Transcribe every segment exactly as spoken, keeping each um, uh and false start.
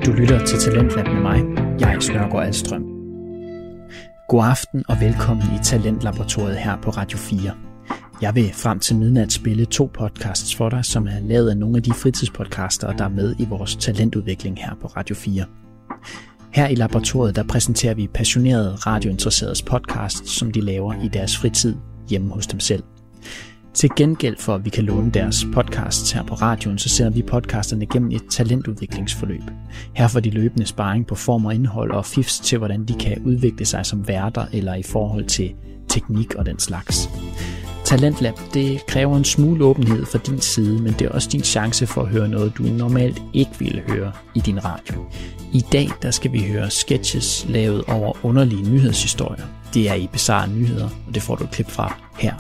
Du lytter til Talentlab med mig, jeg Snørgaard Alstrøm. God aften og velkommen i Talentlaboratoriet her på Radio fire. Jeg vil frem til midnat spille to podcasts for dig, som er lavet af nogle af de fritidspodcaster, der er med i vores talentudvikling her på Radio fire. Her i laboratoriet der præsenterer vi passionerede radiointeresseredes podcasts, som de laver i deres fritid hjemme hos dem selv. Til gengæld for, at vi kan låne deres podcasts her på radioen, så sender vi podcasterne gennem et talentudviklingsforløb. Her får de løbende sparring på form og indhold og fifs til, hvordan de kan udvikle sig som værter eller i forhold til teknik og den slags. Talentlab, det kræver en smule åbenhed fra din side, men det er også din chance for at høre noget, du normalt ikke ville høre i din radio. I dag der skal vi høre sketches lavet over underlige nyhedshistorier. Det er i Bizarre Nyheder, og det får du et klip fra her.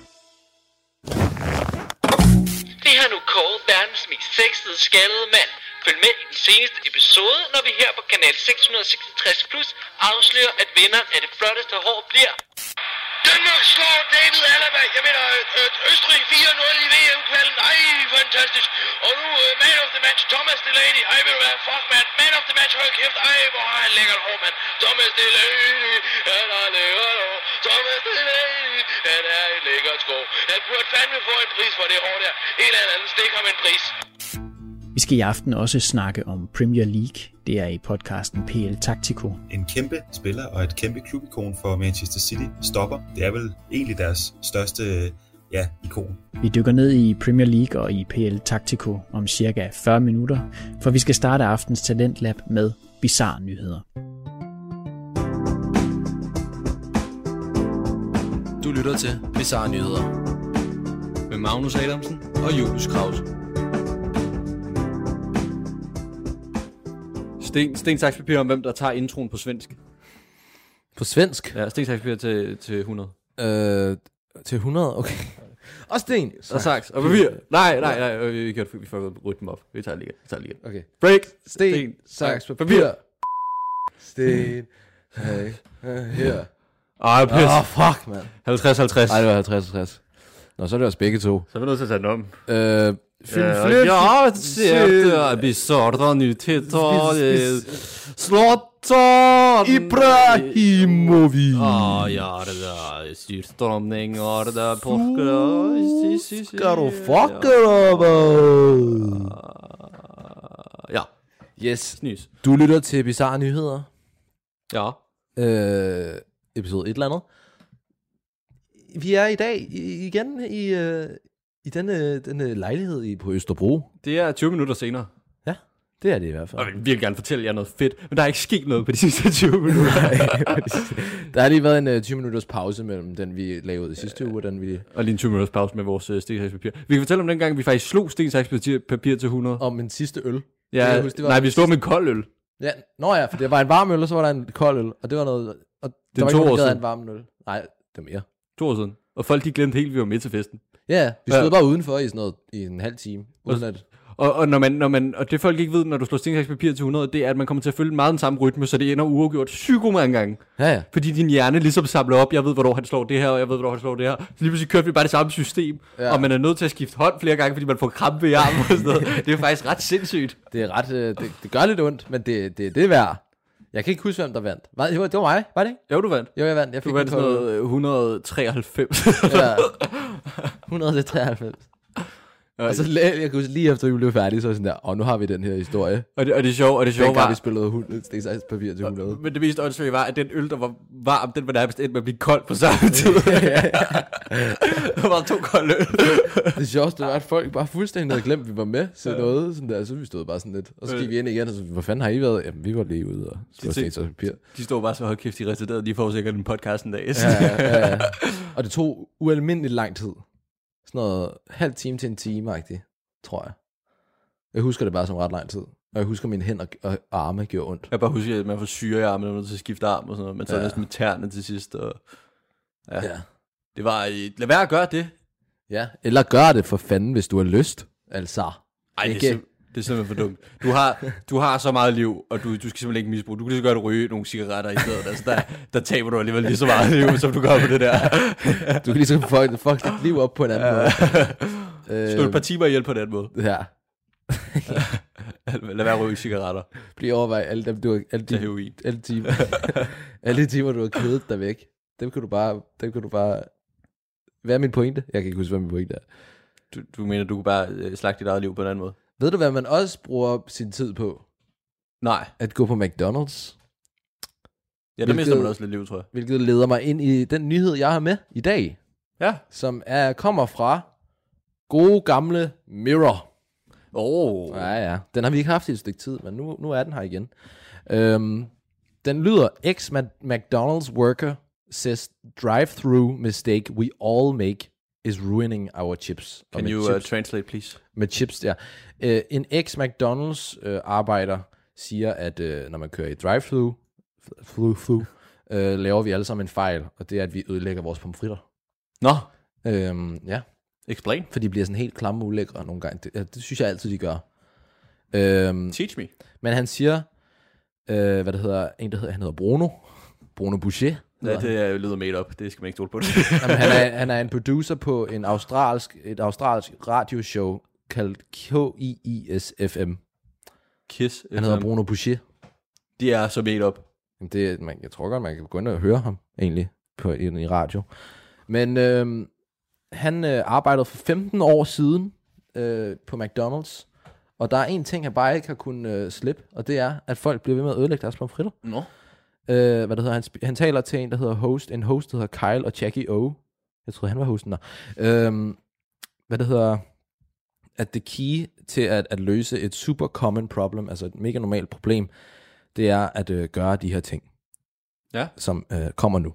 Vi har nu kåret verdens mest sexede skaldede mand. Følg med i den seneste episode, når vi her på kanal seks hundrede seksogtres plus afslører, at vinderen af det flotteste hår bliver... Danmark slår David Alaba. Jeg mener, øh, Østrig fire nul i V M-kvalden. Ej, fantastisk. Og nu uh, man of the match, Thomas Delaney. Ej, ved du hvad, fuck, man. Man of the match, hold kæft. Ej, hvor har han lækkert hår, mand. Thomas Delaney, han har lækkert hår. Thomas Delaney, han er en lækkert sko. Han burde fandme få en pris for det hår der. En eller anden stik ham en pris. Vi skal i aften også snakke om Premier League. Det er i podcasten P L Taktiko. En kæmpe spiller og et kæmpe klubikon for Manchester City stopper. Det er vel egentlig deres største ja, ikon. Vi dykker ned i Premier League og i P L Taktiko om cirka fyrre minutter, for vi skal starte aftens Talentlab med Bizarre Nyheder. Du lytter til Bizarre Nyheder med Magnus Adamsen og Julius Krause. Sten, sten, saks, papir om hvem der tager introen på svensk. På svensk? Ja, sten, saks, papir til, til hundrede. Øh, til hundrede? Okay. Og sten. Og saks. Og papir. Nej, nej, nej. Vi kan vi får rytmen op. Vi tager det lige. Vi tager det lige. Okay. Break. Sten, sten saks, papir. Sten. Hey. Her. Ej, pis. Åh, oh, fuck, mand. halvtreds halvtreds. Nej, det var halvtreds halvtreds. Nå, så er det også begge to. Så er vi nødt til at tage den om. Øh... Film, ja, flip, ja, det er bizarre nyheter. Zlatan Ibrahimovic. Ah, ja, det der styrstrømning og det der porker. Skal du fucker op? Ja. Yes. Snys. Du lytter til Bizarre Nyheder. Ja. Øh, episode et eller andet. Vi er i dag igen i... Øh, I denne, denne lejlighed i, på Østerbro. Det er tyve minutter senere. Ja, det er det i hvert fald. Og jeg vil virkelig gerne fortælle jer noget fedt, men der er ikke sket noget på de sidste tyve minutter. Der har lige været en uh, tyve minutters pause mellem den, vi lavede i sidste uge, og den vi... Og lige en tyve minutters pause med vores uh, sten, saks, papir. Vi kan fortælle om den gang, vi faktisk slog sten, saks, papir til hundrede. Om en sidste øl. Ja, det, huske, det var nej, vi stod med en kold øl. Ja, nå ja, for det var en varm øl, og så var der en kold øl, og det var noget... Og det der var to ikke år nogen, siden. en varm øl. Nej, det var mere. To år siden. Og folk, de glemte helt, at vi var med til festen. Ja, vi stod ja. bare udenfor i sådan noget, i en halv time. Uden at... Og, og, når man, når man, og det folk ikke ved, når du slår sten, saks, papir til hundrede, det er, at man kommer til at følge meget den samme rytme, så det ender uafgjort psyko mange gange. Ja, ja. Fordi din hjerne ligesom samler op, jeg ved, hvornår han slår det her, og jeg ved, hvornår han slår det her. Så lige pludselig kører vi bare det samme system, ja. Og man er nødt til at skifte hånd flere gange, fordi man får krampe i armen og sådan noget. Det er faktisk ret sindssygt. Det er ret, det, det gør lidt ondt, men det, det, det er værd. Jeg kan ikke huske, hvem der vandt. Var, det, var, det var mig, var det ikke? Jo, du vandt. Jo, jeg vandt. Jeg fik du vandt sådan noget et hundrede og treoghalvfems. Ja. et hundrede og treoghalvfems. Og så jeg kunne lige efter vi blev færdige, så var sådan der, og nu har vi den her historie. Og det, og det er sjovt, og det er sjovt var... vi spillede sten, saks, papir til hundrede. Men det mest åndssvage var, at den øl, der var varm, den var nærmest endt med at blive kold på samme tid. Der var to kolde øl. Det sjoveste var, at folk bare fuldstændig havde glemt, at vi var med til noget. Sådan der, så vi stod bare sådan lidt. Og så gik vi ind igen, og så, hvor fanden har I været? Jamen, vi var lige ude og slå sten, saks, papir. De stod bare så højt kæft, de retarderede, de får sikkert en podcast en dag. Ja, ja, ja. Og det tog ualmindeligt lang tid. Sådan noget halv time til en time-agtigt, tror jeg. Jeg husker det bare som ret lang tid. Og jeg husker, at mine hænder og arme gjorde ondt. Jeg bare husker, at man får syre i armen, og man til at skifte arm og sådan noget. Men så ja. Næsten med tæerne til sidst. Og... Ja. ja. Det var... Lad være at gøre det. Ja, eller gør det for fanden, hvis du har lyst. Altså. Ej, det er, sim- det er simpelthen for dumt. Du har, du har så meget liv, og du, du skal simpelthen ikke misbruge. Du kan lige så godt ryge nogle cigaretter i stedet. Altså, der, der taber du alligevel lige så meget liv, som du gør på det der. Du kan lige så fuck, fuck dit liv op på en anden måde. Stå et par timer ihjel på den måde. Ja. Lad være at ryge cigaretter. Bliv overvej alle dem, du har, alle de, heroin. alle timer, alle de timer, du har kedet dig væk. Dem kan du bare, dem kan du bare, hvad er min pointe? Jeg kan ikke huske, hvad min pointe er. Du, du mener, du kan bare øh, slagte dit eget liv på en anden måde? Ved du, hvad man også bruger sin tid på? Nej. At gå på McDonald's. Ja, der mister man også lidt liv, tror jeg. Hvilket leder mig ind i den nyhed, jeg har med i dag. Ja. Som er, kommer fra gode gamle Mirror. Åh. Oh. Ja, ja. Den har vi ikke haft i et stykke tid, men nu, nu er den her igen. Øhm, den lyder, ex-McDonald's worker says drive-through mistake we all make is ruining our chips. Can you chips, uh, translate, please? Med chips, ja. Uh, en ex-McDonald's uh, arbejder siger, at uh, når man kører i drive-through, through, through, uh, laver vi alle sammen en fejl, og det er, at vi ødelægger vores pomfritter. Nå. Øhm, ja. Explain. For de bliver sådan helt klamme og ulækre nogle gange. Det, det synes jeg altid, de gør. Øhm, Teach me. Men han siger, øh, hvad det hedder, en der hedder, han hedder Bruno. Bruno Boucher. Ja, det er, lyder made up. Det skal man ikke stole på. Jamen, han, er, han er en producer på en australsk, et australsk radioshow kaldt K I I S F M. Kiss. Han hedder Bruno Boucher. De er så made up. Jamen, det, man, jeg tror godt, man kan gå ind og høre ham egentlig på, i, i radio. Men øh, han øh, arbejdede for femten år siden øh, på McDonald's. Og der er en ting, han bare ikke har kunnet øh, slippe, og det er, at folk bliver ved med at ødelægge deres pomfritter. Nå. Øh, hvad det hedder, han, han taler til en, der hedder host, en host, der hedder Kyle og Jackie O. Jeg tror han var hosten der. Øh, hvad det hedder, at the key til at, at løse et super common problem, altså et mega normalt problem, det er at øh, gøre de her ting, ja. som øh, kommer nu.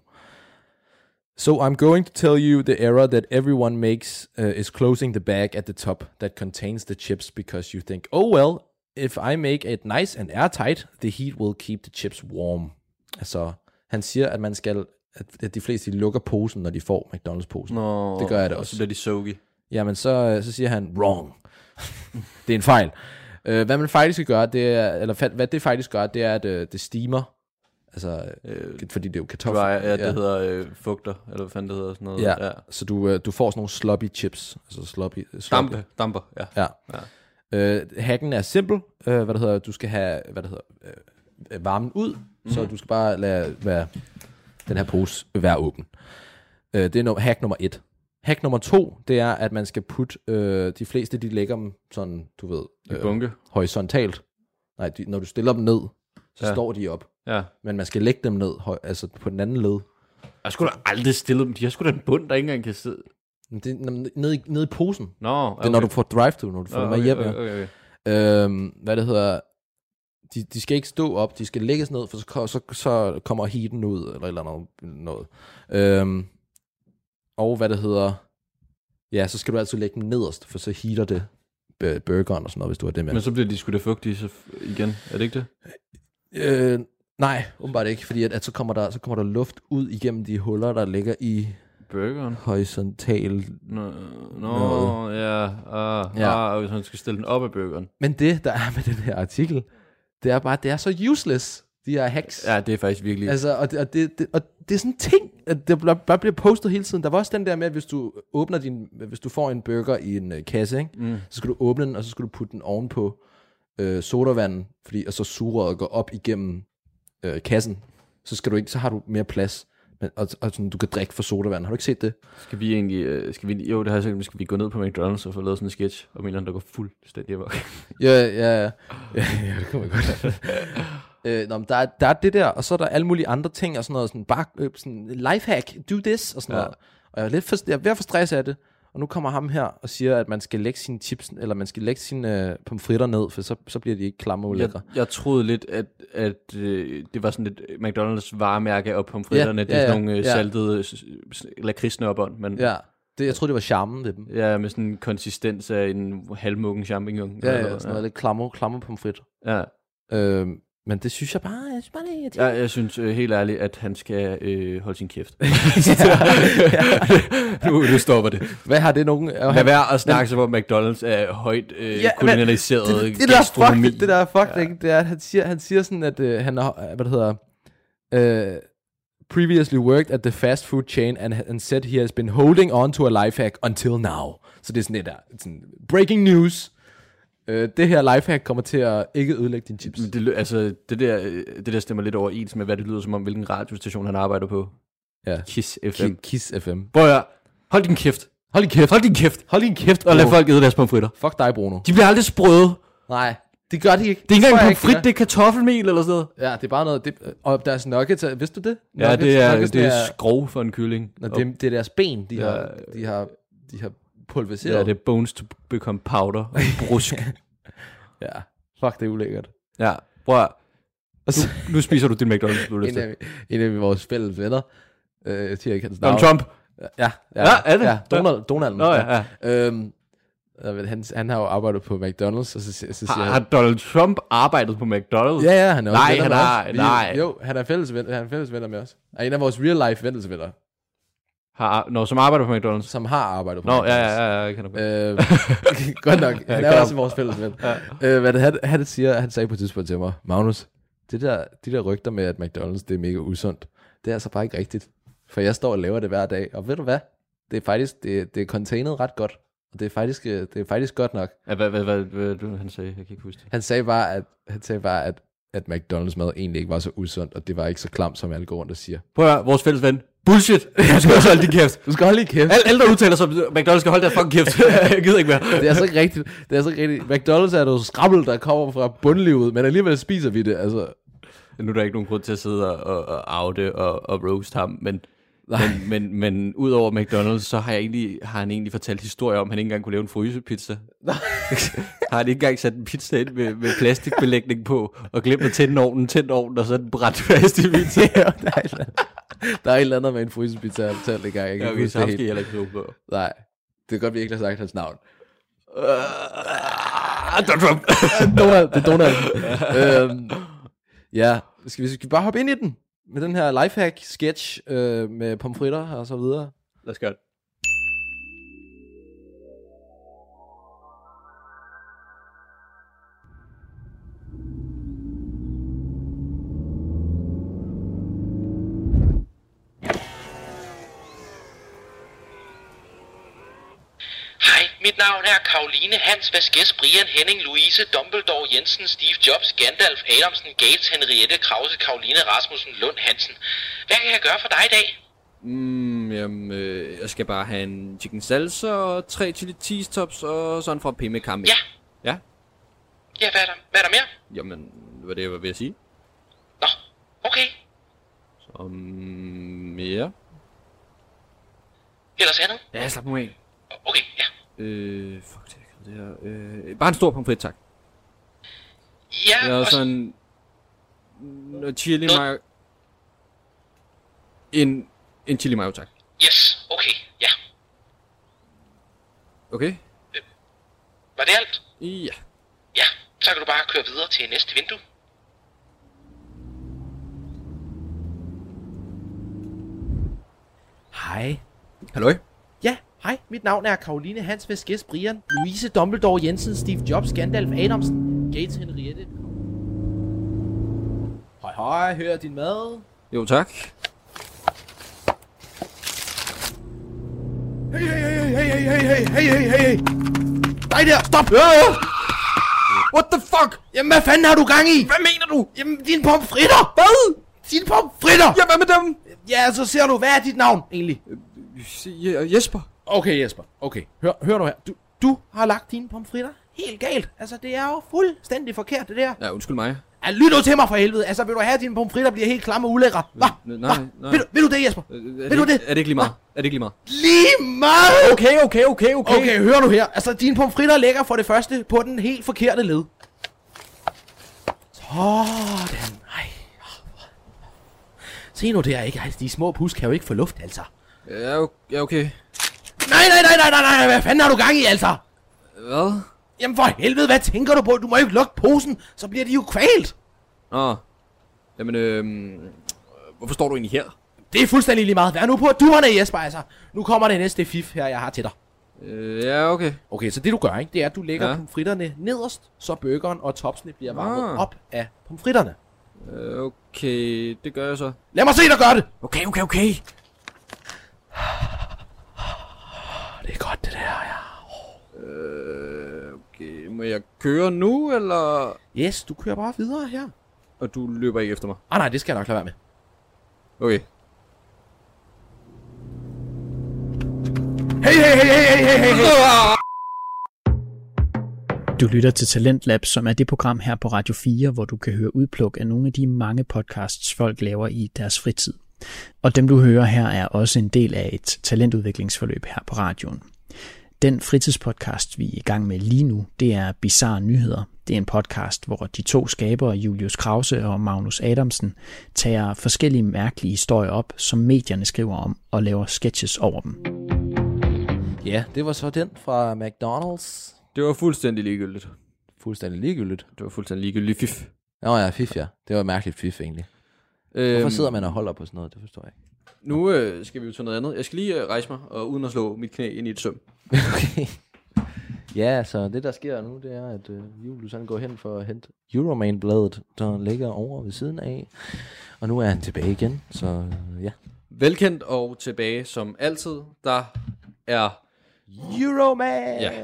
So I'm going to tell you the error that everyone makes uh, is closing the bag at the top that contains the chips because you think, oh well, if I make it nice and airtight, the heat will keep the chips warm. Altså, han siger, at man skal, at de fleste de lukker posen, når de får McDonald's-posen. Nå, det gør jeg det også. Og så bliver de soggy. Jamen, så, så siger han, wrong. Det er en fejl. Uh, hvad man faktisk skal gøre, det er, eller hvad det faktisk gør, det er, at uh, det steamer. Altså, øh, fordi det er jo kartofler. Dry, ja, det ja. hedder øh, fugter, eller hvad fanden det hedder, sådan noget. Ja, ja. Så du, øh, du får sådan nogle sloppy chips. Altså sloppy. sloppy. Dampe, damper, ja. Ja. ja. Øh, hacken er simpel. Øh, hvad det hedder, du skal have, hvad det hedder, øh, varmen ud, mm. så du skal bare lade være, den her pose være åben. Øh, det er no, hack nummer et. Hack nummer to, det er, at man skal putte, øh, de fleste, de lægger dem sådan, du ved, øh, bunke. horisontalt. Nej, de, når du stiller dem ned, så ja. står de op. Ja. Men man skal lægge dem ned, altså på den anden led. Jeg skulle da aldrig stille dem. De har sgu da en bund, der ikke engang kan sidde. Det er nede i, ned i posen. Nå, okay. Det er, når du får drive-thru, når du får oh, dem med hjem. Okay, okay, okay. Øhm, hvad det hedder, de, de skal ikke stå op, de skal lægges ned, for så, så, så kommer heaten ud, eller et eller andet noget. Øhm, og hvad det hedder, ja, så skal du altid lægge dem nederst, for så heater det burgeren og sådan noget, hvis du har det med. Men så bliver de sgu da fugtige så igen, er det ikke det? Øh, nej, åbenbart ikke, fordi at, at så, kommer der, så kommer der luft ud igennem de huller, der ligger i burgeren. Horisontal. Nå, no, ja, ah, ja. Ah, hvis man skal stille den op af burgeren. Men det, der er med den her artikel, det er bare, det er så useless, de her hacks. Ja, det er faktisk virkelig. Altså, og det, og det, det, og det er sådan en ting, at det bare bliver postet hele tiden. Der var også den der med, at hvis du åbner din, hvis du får en burger i en uh, kasse, ikke? Mm. Så skal du åbne den, og så skal du putte den ovenpå øh, sodavanden, fordi, og så sugerøret går op igennem øh, kassen, så skal du ikke, så har du mere plads, men, og, og sådan, du kan drikke for sodavand. Har du ikke set det? Skal vi egentlig, øh, skal vi, jo det har jeg sagt, skal vi gå ned på McDonald's og få lavet sådan en sketch, om en eller anden, der går fuldstændig amok? ja, ja, ja, ja, ja, det kunne man godt. øh, nå, men der, er, der er det der, og så er der alle mulige andre ting, og sådan noget, sådan, bare, øh, sådan lifehack, do this, og sådan ja. noget. Og jeg er lidt for, jeg er ved at få stress af det. Og nu kommer ham her og siger, at man skal lægge sine chips, eller man skal lægge sine øh, pomfritter ned, for så, så bliver de ikke klamme og ulækre. Jeg, jeg troede lidt, at, at øh, det var sådan et McDonald's varemærke og pomfritterne, ja, ja, ja, det er sådan nogle øh, ja. saltede lakridsnørbånd. Men, ja, det, jeg troede, det var charmen ved dem. Ja, med sådan en konsistens af en halvmuggen champignon. Ja, ja, sådan noget ja. lidt klamme, klamme pomfrit. Ja. Øhm, Men det synes jeg bare, jeg synes bare det er ja, jeg synes øh, helt ærligt, at han skal øh, holde sin kæft. nu, nu stopper det. Hvad har det nogen? Lad være at snakke så, hvor McDonald's er højt øh, ja, kolonialiseret det, det, gastronomi. Det der er fuck, det, der er fuck, det er, at han siger, han siger sådan, at øh, han har, hvad det hedder, øh, previously worked at the fast food chain and, and said he has been holding on to a life hack until now. Så det er sådan et der, sådan, breaking news. Øh, det her lifehack kommer til at ikke ødelægge dine chips. Men det, altså, det der, det der stemmer lidt overens med, hvad det lyder som om, hvilken radiostation han arbejder på. Ja. Kiss F M. Ki- Kiss F M. Prøv at hold din kæft. Hold din kæft. Hold din kæft. Hold din kæft, Og lad folk æde deres pomfritter. Fuck dig, Bruno. De bliver aldrig sprøde. Nej, det gør de ikke. Det er ikke tror jeg engang ikke, pomfrit, det er kartoffelmel eller sådan noget. Ja, det er bare noget... Det, og deres nuggets, er- vidste du det? Ja, Nuggets, det er, nuggets, det er skrov for en kylling. Når det, det er deres ben, de, Ja. har, de har, de har pulveriseret. Ja, det er bones to become powder. Brusk. Ja, fuck, det er ulækkert. Ja, prøv at, nu, nu spiser du din McDonald's, du En af, en af vores fælles venner, øh, jeg siger ikke hans Donald navn. Trump. Ja, ja, Ja, er det? Ja, Donald, Donald. Nå ja, ja. Øhm, jeg ved, han, han har jo arbejdet på McDonald's, og så, så, så siger Har, han... har Donald Trump arbejdet på McDonald's? Ja, ja, han er også Nej, venner han med har- os. Vi- nej. Jo, han er fælles, ven, han er fælles venner med os. Og en af vores real life fælles venner, Har, når som arbejder på McDonald's? som har arbejdet på Nå, McDonald's. ja, ja, ja, jeg kender godt. Øh, godt nok. Han Ja, er kom. også vores fælles ven. Ja. Øh, hvad det, han, han siger, han sagde på et tidspunkt til mig, Magnus, det der, de der rygter med, at McDonald's det er mega usundt, det er altså bare ikke rigtigt. For jeg står og laver det hver dag, og ved du hvad? Det er faktisk, det, det er containet ret godt. Og det er faktisk, øh, det er faktisk godt nok. Ja, hvad, hvad, hvad, hvad, hvad han sagde? Jeg kan ikke huske det. Han sagde bare, at, han sagde bare, at, at McDonald's mad egentlig ikke var så usundt, og det var ikke så klamt, som alle går rundt og siger. Prøv at høre, vores fælles ven. Bullshit! Du skal også holde din kæft. Du skal holde lige kæft. Alle, alle der udtaler sig, at McDonald's skal holde deres fucking kæft. Jeg gider ikke mere. Det er altså ikke rigtigt. Det er altså ikke rigtigt. McDonald's er noget skrabbel, der kommer fra bundlivet, men alligevel spiser vi det, altså. Nu er der ikke nogen grund til at sidde og, og, og oute og, og roast ham, men, men, men, men ud over McDonald's, så har, jeg egentlig, har han egentlig fortalt historier om, at han ikke engang kunne lave en frysepizza. Har han ikke engang sat en pizza ind med, med plastikbelægning på, og glemt at tænde ovnen, tændt ovnen, og så den brændt fast i pizza. Ja, der, er et eller andet. Der er et eller andet med en frysepizza, jeg har fortalt det gang. Jeg kan Ja, ikke okay, huske så det ham skal helt. jeg heller ikke tro på. Nej, det er godt, vi ikke har sagt hans navn. Donald Trump. Donald, det er Donald. øhm, ja, skal vi, skal vi bare hoppe ind i den? Med den her lifehack sketch øh, med pomfritter og så videre. Lad os gøre det. Hej, mit navn er Karoline Hans Vasquez, Brian Henning, Louise, Dumbledore, Jensen, Steve Jobs, Gandalf, Adamsen, Gates, Henriette, Krause, Karoline, Rasmussen, Lund, Hansen. Hvad kan jeg gøre for dig i dag? Mm, jamen, øh, jeg skal bare have en chicken salsa og tre chili cheese tops og sådan fra P M Camping. Ja. Ja? Ja, hvad er der, hvad er der mere? Jamen, det var det, jeg var ved at sige. Nå, okay. Så, um, ja. Ellers andet? Ja, slap nu af. Okay, ja. Øh, fuck det, det her. Øh, bare en stor pomfrit, tak. Ja, Ja, og og sådan noget chili Noget- mayo. En, en chili mayo, tak. yes, okay, ja. Okay? Var det alt? Ja. Ja, så kan du bare køre videre til næste vindue. Hej. Halløj? Ja, hej. Mit navn er Karoline Hans Vasquez, Brian, Louise, Dumbledore, Jensen, Steve Jobs, Gandalf, Adamsen, Gates, Henriette. Hej, hej. Hører din mad? Jo, tak. Hey, hey, hey, hey, hey, hey, hey, hey, hey, hey, hey. Dig der, stop! What the fuck? Jamen, hvad fanden har du gang i? Hvad mener du? Jamen, dine pomfritter! Hvad? Dine pomfritter! Ja, hvad med dem? Ja, så ser du, hvad er dit navn egentlig? Je- Jesper. Okay, Jesper. Okay, hør, hør nu her. Du, du har lagt dine pomfritter helt galt. Altså, det er jo fuldstændig forkert, det der. Ja, undskyld mig. Ja, lyt nu til mig for helvede. Altså, vil du have, at dine pomfritter bliver helt klamme og ulækre? Hva? Nej, nej. Hva? Vil, du, vil du det, Jesper? Er Vil det, du det? Er det ikke lige meget? Er det ikke lige meget? Lige meget! Okay, okay, okay, okay. Okay, hør nu her. Altså, dine pomfritter ligger for det første på den helt forkerte led. Sådan. Ej. Se nu der, ikke? Altså, de små pus kan jo ikke få luft, altså. Ja, okay. Ja, okay. Nej, nej, nej, nej, nej, nej. Hvad fanden har du gang i, altså? Hvad? Jamen for helvede, hvad tænker du på? Du må jo ikke lukke posen, så bliver de jo kvalt. Nå. Jamen, øhm... Hvorfor står du egentlig her? Det er fuldstændig lige meget. Vær nu på duerne, Jesper, altså. Nu kommer det næste fif her, jeg har til dig. Øh, ja, okay. Okay, så det du gør, ikke, det er, at du lægger Ja. ja. pomfritterne nederst, så burgeren og topsene bliver varmet Ah. op af pomfritterne. Øh, okay, det gør jeg så. Lad mig se dig gøre det. Okay, okay, okay. Det er godt, det der, ja. Øh, okay. Må jeg køre nu, eller? Yes, du kører bare videre her. Og du løber ikke efter mig? Ah nej, det skal jeg nok lade være med. Okay. Hey, hey, hey, hey, hey, hey, hey. Du lytter til Talentlab, som er det program her på Radio fire, hvor du kan høre udpluk af nogle af de mange podcasts, folk laver i deres fritid. Og dem du hører her er også en del af et talentudviklingsforløb her på radioen. Den fritidspodcast, vi er i gang med lige nu, det er Bizarre Nyheder. Det er en podcast, hvor de to skabere, Julius Krause og Magnus Adamsen, tager forskellige mærkelige historier op, som medierne skriver om, og laver sketches over dem. Ja, det var så den fra McDonald's. Det var fuldstændig ligegyldigt. Fuldstændig ligegyldigt. Det var fuldstændig ligegyldigt fif. Nå ja, fif ja. Det var mærkeligt fif egentlig. Øhm, Hvorfor sidder man og holder på sådan noget? Det forstår jeg ikke. Nu øh, skal vi jo til noget andet. Jeg skal lige øh, rejse mig, og uden at slå mit knæ ind i et søm. Okay. Ja, så det der sker nu, det er, at øh, Julius han går hen for at hente Euroman-bladet, der ligger over ved siden af. Og nu er han tilbage igen, så øh, ja. Velkendt og tilbage som altid. Der er Euroman! Ja.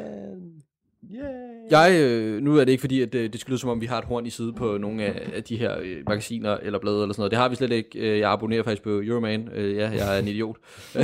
Yeah. Jeg, øh, nu er det ikke fordi, at øh, det skulle lyde som om, vi har et horn i side på nogle af, af de her øh, magasiner eller blade eller sådan noget. Det har vi slet ikke. Øh, jeg abonnerer faktisk på Euroman. Øh, ja, jeg er en idiot.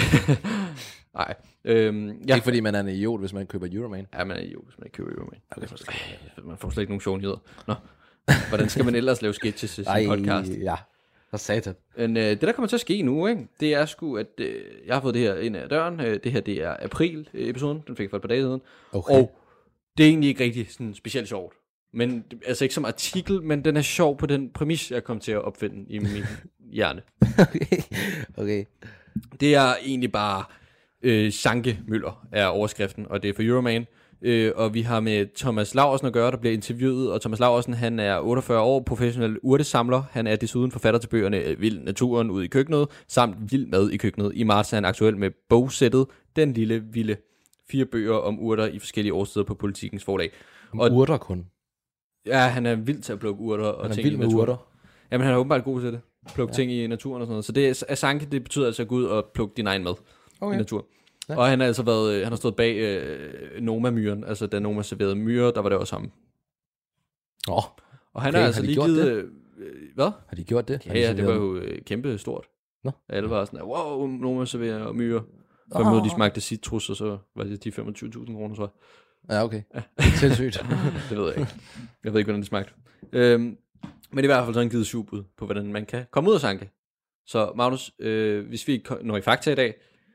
Nej. Øhm, ja. Ikke fordi man er en idiot, hvis man køber Euroman. Ja, man er en idiot, hvis man ikke køber Euroman. Okay. Man får slet ikke nogen sjove nyheder. Nå. Hvordan skal man ellers lave sketches til sin podcast? Ja, for satan. Men øh, det der kommer til at ske nu, ikke, det er sgu, at øh, jeg har fået det her ind ad døren. Øh, det her, det er april-episoden. Den fik jeg for et par dage siden. Okay. Og det er egentlig ikke rigtig sådan specielt sjovt. Men, altså ikke som artikel, men den er sjov på den præmis, jeg kom til at opfinde i min hjerne. Okay. Okay. Det er egentlig bare øh, Sanke Møller er overskriften, og det er for Euroman. Øh, og vi har med Thomas Laursen at gøre, der bliver interviewet, og Thomas Laursen, han er otteogfyrre år, professionel urtesamler. Han er desuden forfatter til bøgerne Vild Naturen ude i køkkenet, samt Vild Mad i køkkenet. I marts er han aktuel med bogsættet Den Lille Vilde. Fire bøger om urter i forskellige årstider på Politikens forlag. Om og, urter kun? Ja, han er vild til at plukke urter og han er ting vild i med naturen. Urter. Jamen, han er åbenbart god til det. Plukke ja. ting i naturen og sådan noget. Så det er sanke, det betyder altså at gå ud og plukke din egen mad okay. i naturen. Ja. Og han har altså været, han har stået bag øh, Noma-myren, altså da Noma serverede myrer, der var det også ham. Åh. Oh. Og han okay, har altså lige givet... Øh, hvad? Har de gjort det? Ja, ja, det var jo øh, kæmpe stort. Nå. Alle var sådan, wow, Noma serverer myrer. For oh. de smagte citrus, og så var det de femogtyve tusind kroner, så. Ja, okay. Ja. Sindssygt. Det ved jeg ikke. Jeg ved ikke, hvordan det smagte. Øhm, men det er i hvert fald sådan givet syv bud på, hvordan man kan komme ud af Sanke. Så Magnus, øh, hvis vi når i Fakta i dag,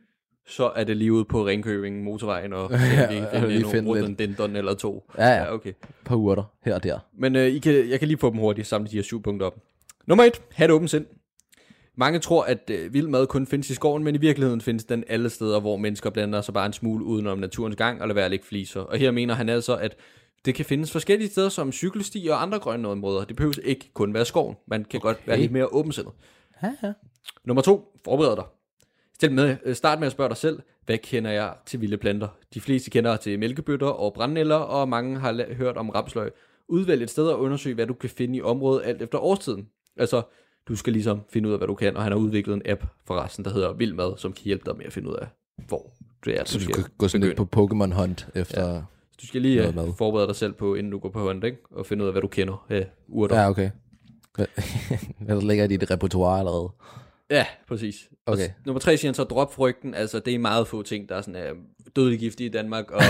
så er det lige ude på Ringkøbing motorvejen, og ja, vi kan lige finde en dindon eller to. Ja, ja. Ja, okay. Et par urter her og der. Men øh, I kan, jeg kan lige få dem hurtigt, samle de her syv punkter op. Nummer et, have et åbent sind. Mange tror, at øh, vild mad kun findes i skoven, men i virkeligheden findes den alle steder, hvor mennesker blander sig bare en smule udenom naturens gang og lader være at lægge fliser. Og her mener han altså, at det kan findes forskellige steder som cykelsti og andre grønne områder. Det behøver ikke kun være skoven. Man kan okay. godt være lidt mere åbensindet. Ja, ja. Nummer to, forbered dig. Stil med, start med at spørge dig selv, hvad kender jeg til vilde planter? De fleste kender til mælkebøtter og brændenælder, og mange har la- hørt om rapsløg. Udvælg et sted og undersøg, hvad du kan finde i området alt efter årstiden. Altså, du skal ligesom finde ud af, hvad du kan, og han har udviklet en app forresten, der hedder Vild Mad, som kan hjælpe dig med at finde ud af, hvor det er. Så du, du kan gå sådan lidt på Pokémon Hunt efter... Ja. Du skal lige uh, forberede dig selv på, inden du går på hunt, ikke? Og finde ud af, hvad du kender af urter. Ja, okay. Hvad der ligger i dit repertoire allerede? Ja, præcis. Okay. Og nummer tre siger han så, drop frygten. Altså, det er meget få ting, der er sådan uh, dødelig giftige i Danmark. Og,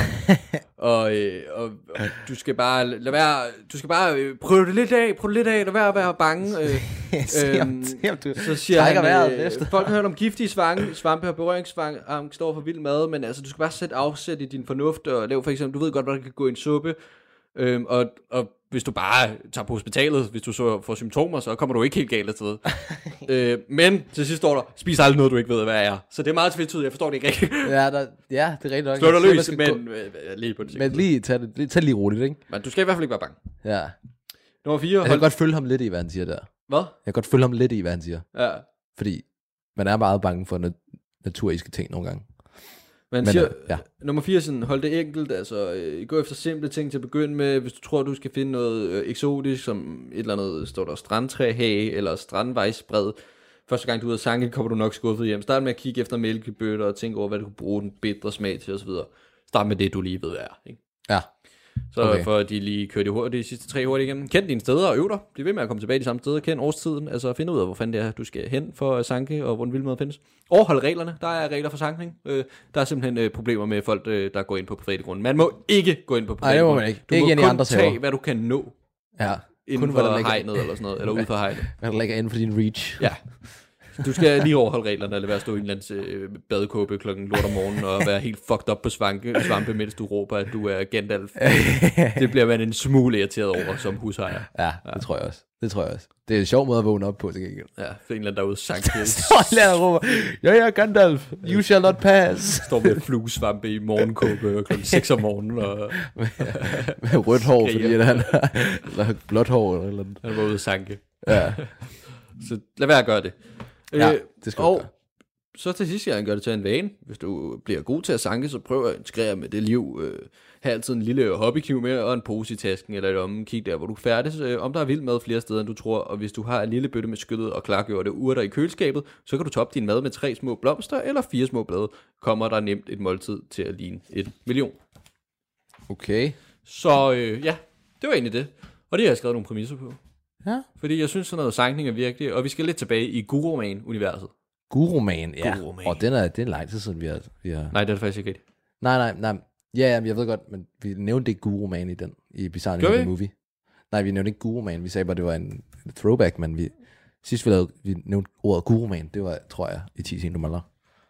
og, øh, og, og du skal bare lade være, du skal bare øh, prøve det lidt af, prøve det lidt af, lad være at være bange. Øh, øhm, du så siger han, øh, folk har hørt om giftige svampe, svampe og berøringsangst står for vild mad, men altså, du skal bare sætte afsæt i din fornuft, og lave for eksempel, du ved godt, hvad der kan gå i en suppe, øhm, og, og hvis du bare tager på hospitalet, hvis du så får symptomer, så kommer du ikke helt galt afsted. øh, men til sidst står der, spis aldrig noget, du ikke ved, hvad er. Så det er meget tvetydigt, jeg forstår det ikke rigtigt. ja, der, ja, det er rigtigt nok. Slå dig løs, men øh, lige på det. Men lige, tag det, tag det lige roligt, ikke? Men du skal i hvert fald ikke være bange. Ja. Nummer fire. Jeg kan godt følge ham lidt i, hvad han siger der. Hvad? Jeg kan godt følge ham lidt i, hvad han siger. Ja. Fordi man er meget bange for nat- naturiske ting nogle gange. Man siger, ja. Nummer fire, sådan, hold det enkelt, altså øh, gå efter simple ting til at begynde med. Hvis du tror, du skal finde noget øh, eksotisk, som et eller andet, står der strandtræhage eller strandvejsbred. Første gang du er ude af sangen, kommer du nok skuffet hjem. Start med at kigge efter mælkebøtter og tænke over, hvad du kunne bruge den bitre smag til osv. Start med det, du lige ved er. Ikke? Ja. Så Okay. for at de lige kører de, hurtigt, de sidste tre hurtigt igennem. Kend dine steder og øv dig. Bliv ved med at komme tilbage de samme steder. Kend årstiden. Altså find ud af, hvor fanden det er, du skal hen for at sanke, og hvor den vildmad findes. Overhold reglerne. Der er regler for sankning. Øh, der er simpelthen øh, problemer med folk, øh, der går ind på private grunde. Man må ikke gå ind på private Nej, det må grunde. man ikke. Du Ikke må ind i kun andres tage, haver. hvad du kan nå. Ja. Inden Kun, hvad for der ligger- hegnet eller sådan noget. Eller ude for hegnet. Hvad der ligger inden for din reach. Ja. Du skal lige overholde reglerne, eller være at stå i en eller anden øh, badekåbe klokken lort om morgenen, og være helt fucked up på svampe, svampe mens du råber, at du er Gandalf. Det bliver man en smule irriteret over som husejer. Ja, det tror jeg også. Det tror jeg også. Det er en sjov måde at vågne op på, til gengæld. Ja, for en eller anden derude sank. Så lader råber, ja, ja, Gandalf, you shall not pass. Står med fluesvampe i morgenkåbe klokken seks om morgenen, og Med rødt hår, fordi Skriger. at han eller blåt hår, eller eller andet. han var ude at sanke. Ja, Så lad være at gøre det. ja, Øh, det skal du og gøre. så til sidst, jeg gør det til en vane. Hvis du bliver god til at sanke, så prøv at integrere med det liv. Øh, have altid en lille hobbykniv med, og en pose i tasken, eller et om. Kig der, hvor du færdes. Øh, om der er vild mad flere steder, end du tror. Og hvis du har en lille bøtte med skyllet og klargjorte urter i køleskabet, så kan du toppe din mad med tre små blomster, eller fire små blade. Kommer der nemt et måltid til at ligne et million. Okay. Så øh, ja, det var egentlig det. Og det har jeg skrevet nogle præmisser på. Ja. Fordi jeg synes, sådan noget sankning er virkelig. Og vi skal lidt tilbage i Guruman-universet. Guruman, ja. Guruman. Og den er, det er lang tid siden, vi har... Vi har... Nej, det er det faktisk ikke rigtigt. Nej, nej, nej. Ja, ja, jeg ved godt, men vi nævnte ikke Guruman i den, i Bizarre Gjorde vi Ninja Movie. Nej, vi nævnte ikke Guruman. Vi sagde bare, det var en throwback, men vi... Sidst vi lavede, vi nævnte ordet Guruman, det var, tror jeg, i ti timer nummer.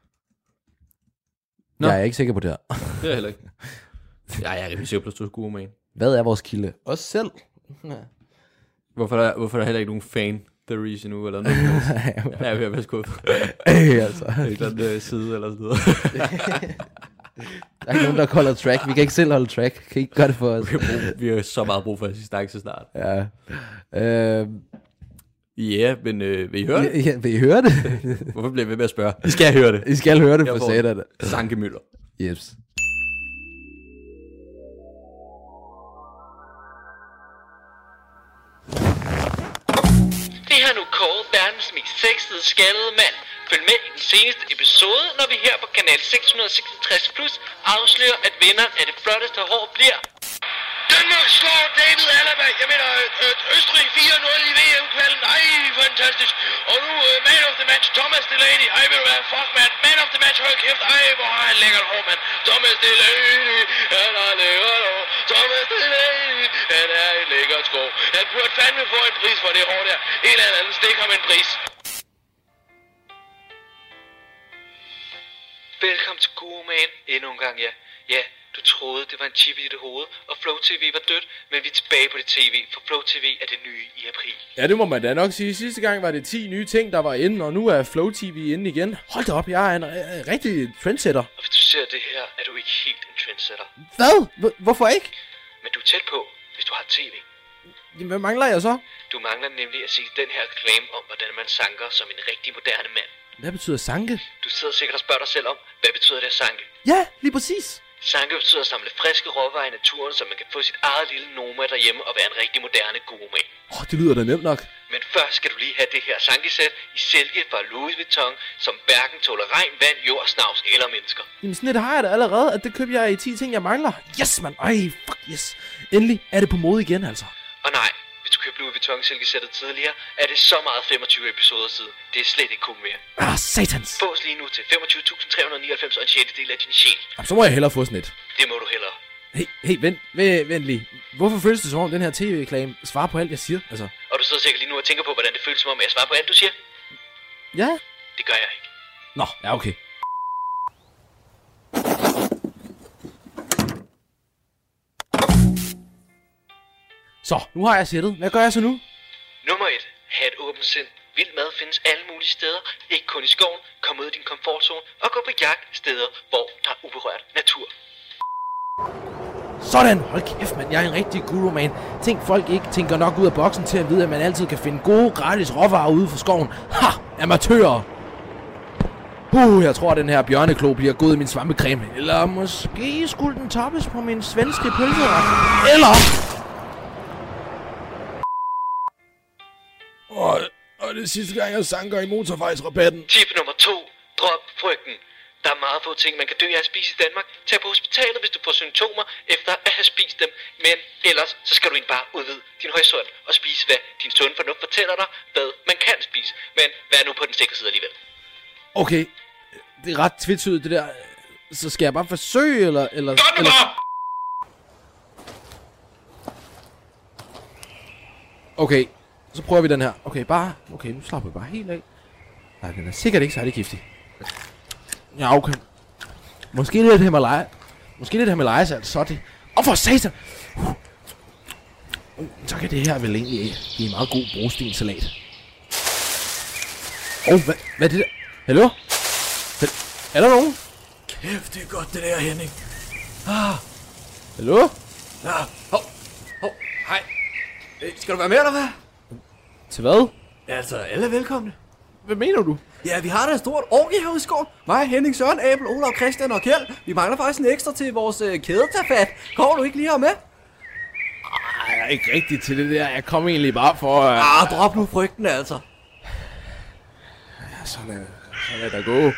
Nå. Jeg er ikke sikker på det her. Det er jeg heller ikke. Ja, jeg er rimelig sikker på, at du er Guruman. Hvad er vores kilde? Os selv. Hvorfor er der, hvorfor er der heller ikke nogen fan theories endnu, eller noget? Ja, jeg er ved at være skuffet. Øh, altså. Et eller andet øh, side, eller sådan noget. Der er ikke nogen, der holder track. Vi kan ikke selv holde track. Kan I ikke gøre det for os? Vi har, brug, vi har så meget brug for assistance snart. Ja. Øh, Ja, men øh, vil I høre det? ja, vil I høre det? Hvorfor bliver jeg ved med at spørge? I skal høre det. I skal høre det Jeg for får satan. Sanke Møller. Yes. Vi har nu kåret verdens mest sexede skaldede mand. Følg med i den seneste episode, når vi her på kanal seks hundrede seksogtres plus afslører, at vinderen af det flotteste hår bliver... Danmark slår David Alaba. Jeg mener, øh, Østrig fire nul i V M-kvalden. Ej, fantastisk. Og nu uh, man of the match, Thomas Delaney. Ej, ved du hvad, fuck, man. Man of the match, hold kæft. Ej, hvor har han lækkert hår, mand. Thomas Delaney, han har lækkert hår. Thomas Delaney, han er en lækkert sko. Han burde fandme få en pris for det hår der. En eller anden stik ham en pris. Velkommen til Guruman endnu en gang, ja. Ja, du troede, det var en chip i dit hoved, og Flow T V var dødt, men vi er tilbage på det tv, for Flow T V er det nye i april. Ja, det må man da nok sige. Sidste gang var det ti nye ting, der var inde, og nu er Flow T V inde igen. Hold da op, jeg er en øh, rigtig trendsetter. Og hvis du ser det her, er du ikke helt en trendsetter. Hvad? H- hvorfor ikke? Men du er tæt på, hvis du har tv. Jamen, hvad mangler jeg så? Du mangler nemlig at se den her reklame om, hvordan man sanker som en rigtig moderne mand. Hvad betyder sanke? Du sidder sikkert og spørger dig selv om, hvad betyder det at sanke? Ja, lige præcis. Sanke betyder at samle friske råvarer i naturen, så man kan få sit eget lille Noma derhjemme og være en rigtig moderne gurumand. Åh, oh, det lyder da nemt nok. Men først skal du lige have det her sankesæt i silke fra Louis Vuitton, som hverken tåler regn, vand, jord, snavs eller mennesker. Jamen, sådan et har jeg da allerede, at det køber jeg i ti ting, jeg mangler. Yes, man. Ej, fuck yes. Endelig er det på mode igen, altså. Og nej, hvis du købte Louis Vuitton silkesættet tidligere, er det så meget femogtyve episoder siden. Det er slet ikke cool mere. Ah, satans. Fås lige nu til femogtyve tusind tre hundrede nioghalvfems og en sjettedel af din sjæl. Jamen, så må jeg hellere få sådan et. Det må du hellere. Hey, hey, vent, vent, vent lige. Hvorfor føles det som om, den her tv-reklame svarer på alt, jeg siger? Altså, Og du sidder sikkert lige nu og tænker på, hvordan det føles som om, jeg svarer på alt, du siger. ja. Det gør jeg ikke. Nå, ja, okay. Så, nu har jeg sættet. Hvad gør jeg så nu? Nummer et. Ha' et åbent sind. Vild mad findes alle mulige steder. Ikke kun i skoven. Kom ud af din komfortzone og gå på jagt steder, hvor der er uberørt natur. Sådan, hold kæft, mand. Jeg er en rigtig guru, man. Tænk, folk ikke tænker nok ud af boksen til at vide, at man altid kan finde gode, gratis råvarer ude for skoven. Ha! Amatører! Uh, jeg tror, at den her bjørneklo bliver god i min svampecreme. Eller måske skulle den toppes på min svenske pølseret. Eller... Og, og det sidste gang, jeg sanker i motorvejsrabatten. Tip nummer to. Drop frygten. Der er meget få ting, man kan dø af at spise i Danmark. Tag på hospitalet, hvis du får symptomer efter at have spist dem. Men ellers, så skal du egentlig bare udvide din horisont og spise, hvad din sunde fornuft fortæller dig, hvad man kan spise. Men vær nu på den sikre side alligevel. Okay, det er ret tvetydigt det der. Så skal jeg bare forsøge, eller... eller Godt nu eller... bare! Okay, så prøver vi den her. Okay, bare... Okay, nu slapper vi bare helt af. Nej, den er sikkert ikke særlig giftig. Ja, okay. Måske lidt Himalaya. Måske lidt Himalaya, så så er det... Åh, oh, for satan! Uh, så kan det her vel egentlig blive en meget god brostensalat. Åh, oh, hvad, hvad er det der? Hallo? Er der nogen? Kæft, det er godt det der, Henning. Ah. Hallo? Ja, hov, hov, hej. Øh, skal du være med, eller hvad? Til hvad? Ja, altså, alle er velkomne. Hvad mener du? Ja, vi har da et stort orgie herude i Skål. Mig, Henning, Søren, Abel, Olav, Christian og Kjeld. Vi mangler faktisk en ekstra til vores øh, kædetafat. Kommer du ikke lige her med? Ej, jeg er ikke rigtig til det der. Jeg kom egentlig bare for... Uh... Ah, drop nu frygten, altså. Ja, så lad, så lad der gå.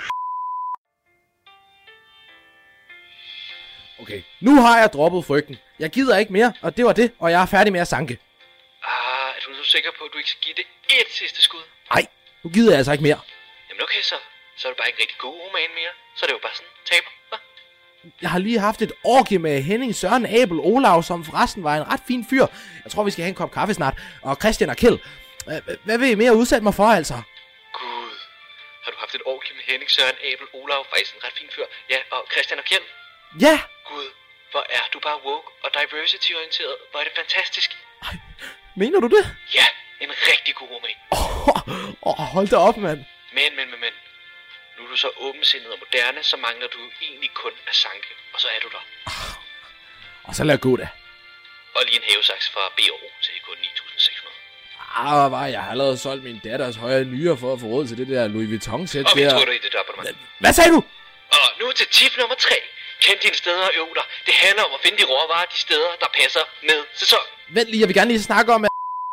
Okay, nu har jeg droppet frygten. Jeg gider ikke mere, og det var det, og jeg er færdig med at sanke. Ah, er du nu sikker på, at du ikke skal give det et sidste skud? Nej, nu gider jeg altså ikke mere. Jamen okay, så. Så er du bare ikke rigtig god roman mere. Så er det jo bare sådan taber, hva? Jeg har lige haft et orgie med Henning, Søren, Abel, Olav, som forresten var en ret fin fyr. Jeg tror, vi skal have en kop kaffe snart. Og Christian og Kjeld. Hvad vil I mere udsætte mig for, altså? Gud. Har du haft et orgie med Henning, Søren, Abel, Olav, faktisk en ret fin fyr? Ja, og Christian og Kjeld? Ja! Gud, hvor er du bare woke og diversity-orienteret. Hvor er det fantastisk. Ej, mener du det? Ja, en rigtig god roman. Åh, oh, oh, hold da op, mand. Men, men, men, men. Nu er du så åbensindet og moderne, så mangler du egentlig kun at sanke. Og så er du der. Og så lad gå da. Og lige en havesaks fra B O til kun ni tusind seks hundrede. Ah, hvad? Jeg har allerede solgt min datters høje nyere for at få råd til det der Louis Vuitton-sæt. Og vi der. tror du i det der abonnement. Hvad sagde du? Og nu til tip nummer tre. Kend dine steder og øv dig. Det handler om at finde de råvarer de steder, der passer med sæson. Vent lige, jeg vil gerne lige snakke om... At...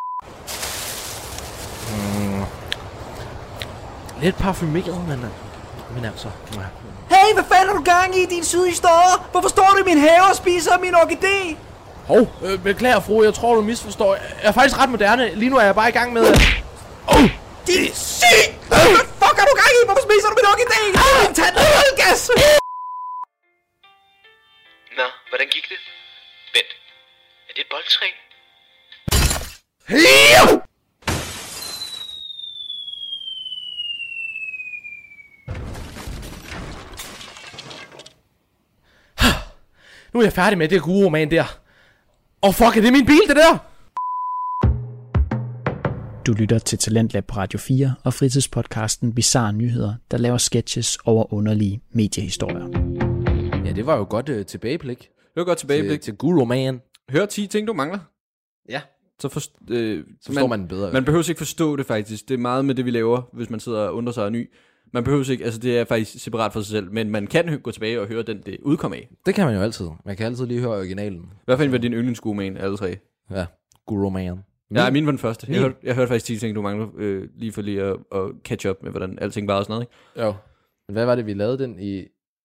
Mm. Lidt parfumeret, men... Men altså... Ja. Hey, hvad fanden er du gang i, din sydhistorie? Hvorfor står du i min have og spiser min orkidé? Hov, øh, beklager fru, jeg tror du misforstår. Jeg er faktisk ret moderne. Lige nu er jeg bare i gang med... At... Oh, Det er sygt! Hvad fuck er du gang i? Hvorfor spiser du min orkidé? Tag den gas! Nå, hvordan gik det? Vent. Er det et boldtræ? Nu er jeg færdig med det gode roman der. Åh oh, fuck, er det min bil, det der? Du lytter til Talentlab på Radio fire og fritidspodcasten Bizarre Nyheder, der laver sketches over underlige mediehistorier. Ja, det var jo godt uh, tilbageblik. Det var godt tilbageblik. Til, til gode roman. Hør ti ting, du mangler. Ja. Så, forst, øh, så forstår man, man den bedre. Man behøver ikke forstå det faktisk. Det er meget med det, vi laver, hvis man sidder og undrer sig af ny. Man behøver ikke, altså det er faktisk separat for sig selv, men man kan gå tilbage og høre den, det udkommer af. Det kan man jo altid. Man kan altid lige høre originalen. Hvad fanden var din yndlingsgode alle tre? Ja, god roman. Ja, min var den første. Jeg hørte, jeg hørte faktisk ti ting, du mangler, øh, lige for lige at, at catch up med, hvordan alting var og sådan noget, ikke? Jo. Men hvad var det, vi lavede den i...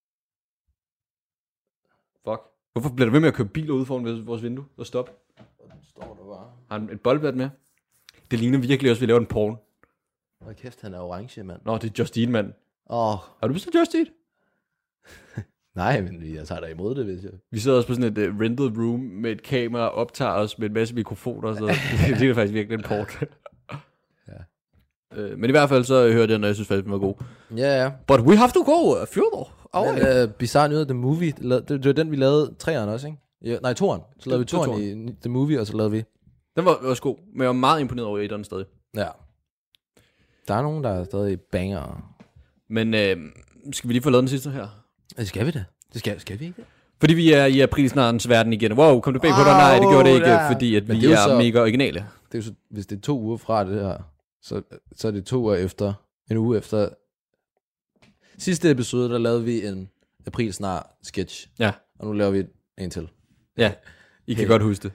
Fuck. Hvorfor bliver der ved med at køre biler ud foran vores vindue og stoppe? Står der bare. Har han et boldblad med? Det ligner virkelig også, at vi laver en porn. Hvor kæft, han er orange, mand. Nå, det er Justine, mand. Åh. Oh. Har du bestilt Justine? Nej, men jeg tager dig imod det, hvis jeg... Vi sidder også på sådan et uh, rented room med et kamera og optager os med en masse mikrofoner, så det er faktisk virkelig en port. ja. uh, men i hvert fald så hørte jeg, når jeg synes faktisk, den var god. Ja, ja. But we have to go uh, further. Men uh, Bizarre Nyheder, The Movie, det, det var den, vi lavede treeren også, ikke? Ja, nej, toeren. Så lavede vi toeren i The Movie, og så lavede vi... Den var også god, men jeg var meget imponeret over etteren stadig. Ja. Der er nogen, der er stadig banger. Men øh, skal vi lige få lavet den sidste her? Det skal vi da. Det skal, skal vi ikke det? Fordi vi er i aprilsnarens verden igen. Wow, kom du bag på dig? Nej, det gjorde det ikke, ja. Fordi at vi er, er så, mega originale. Det er så, hvis det er to uger fra det her, så, så er det to uger efter, en uge efter sidste episode, der lavede vi en aprilsnar sketch. Ja. Og nu laver vi en til. Ja, I kan hey. godt huske det.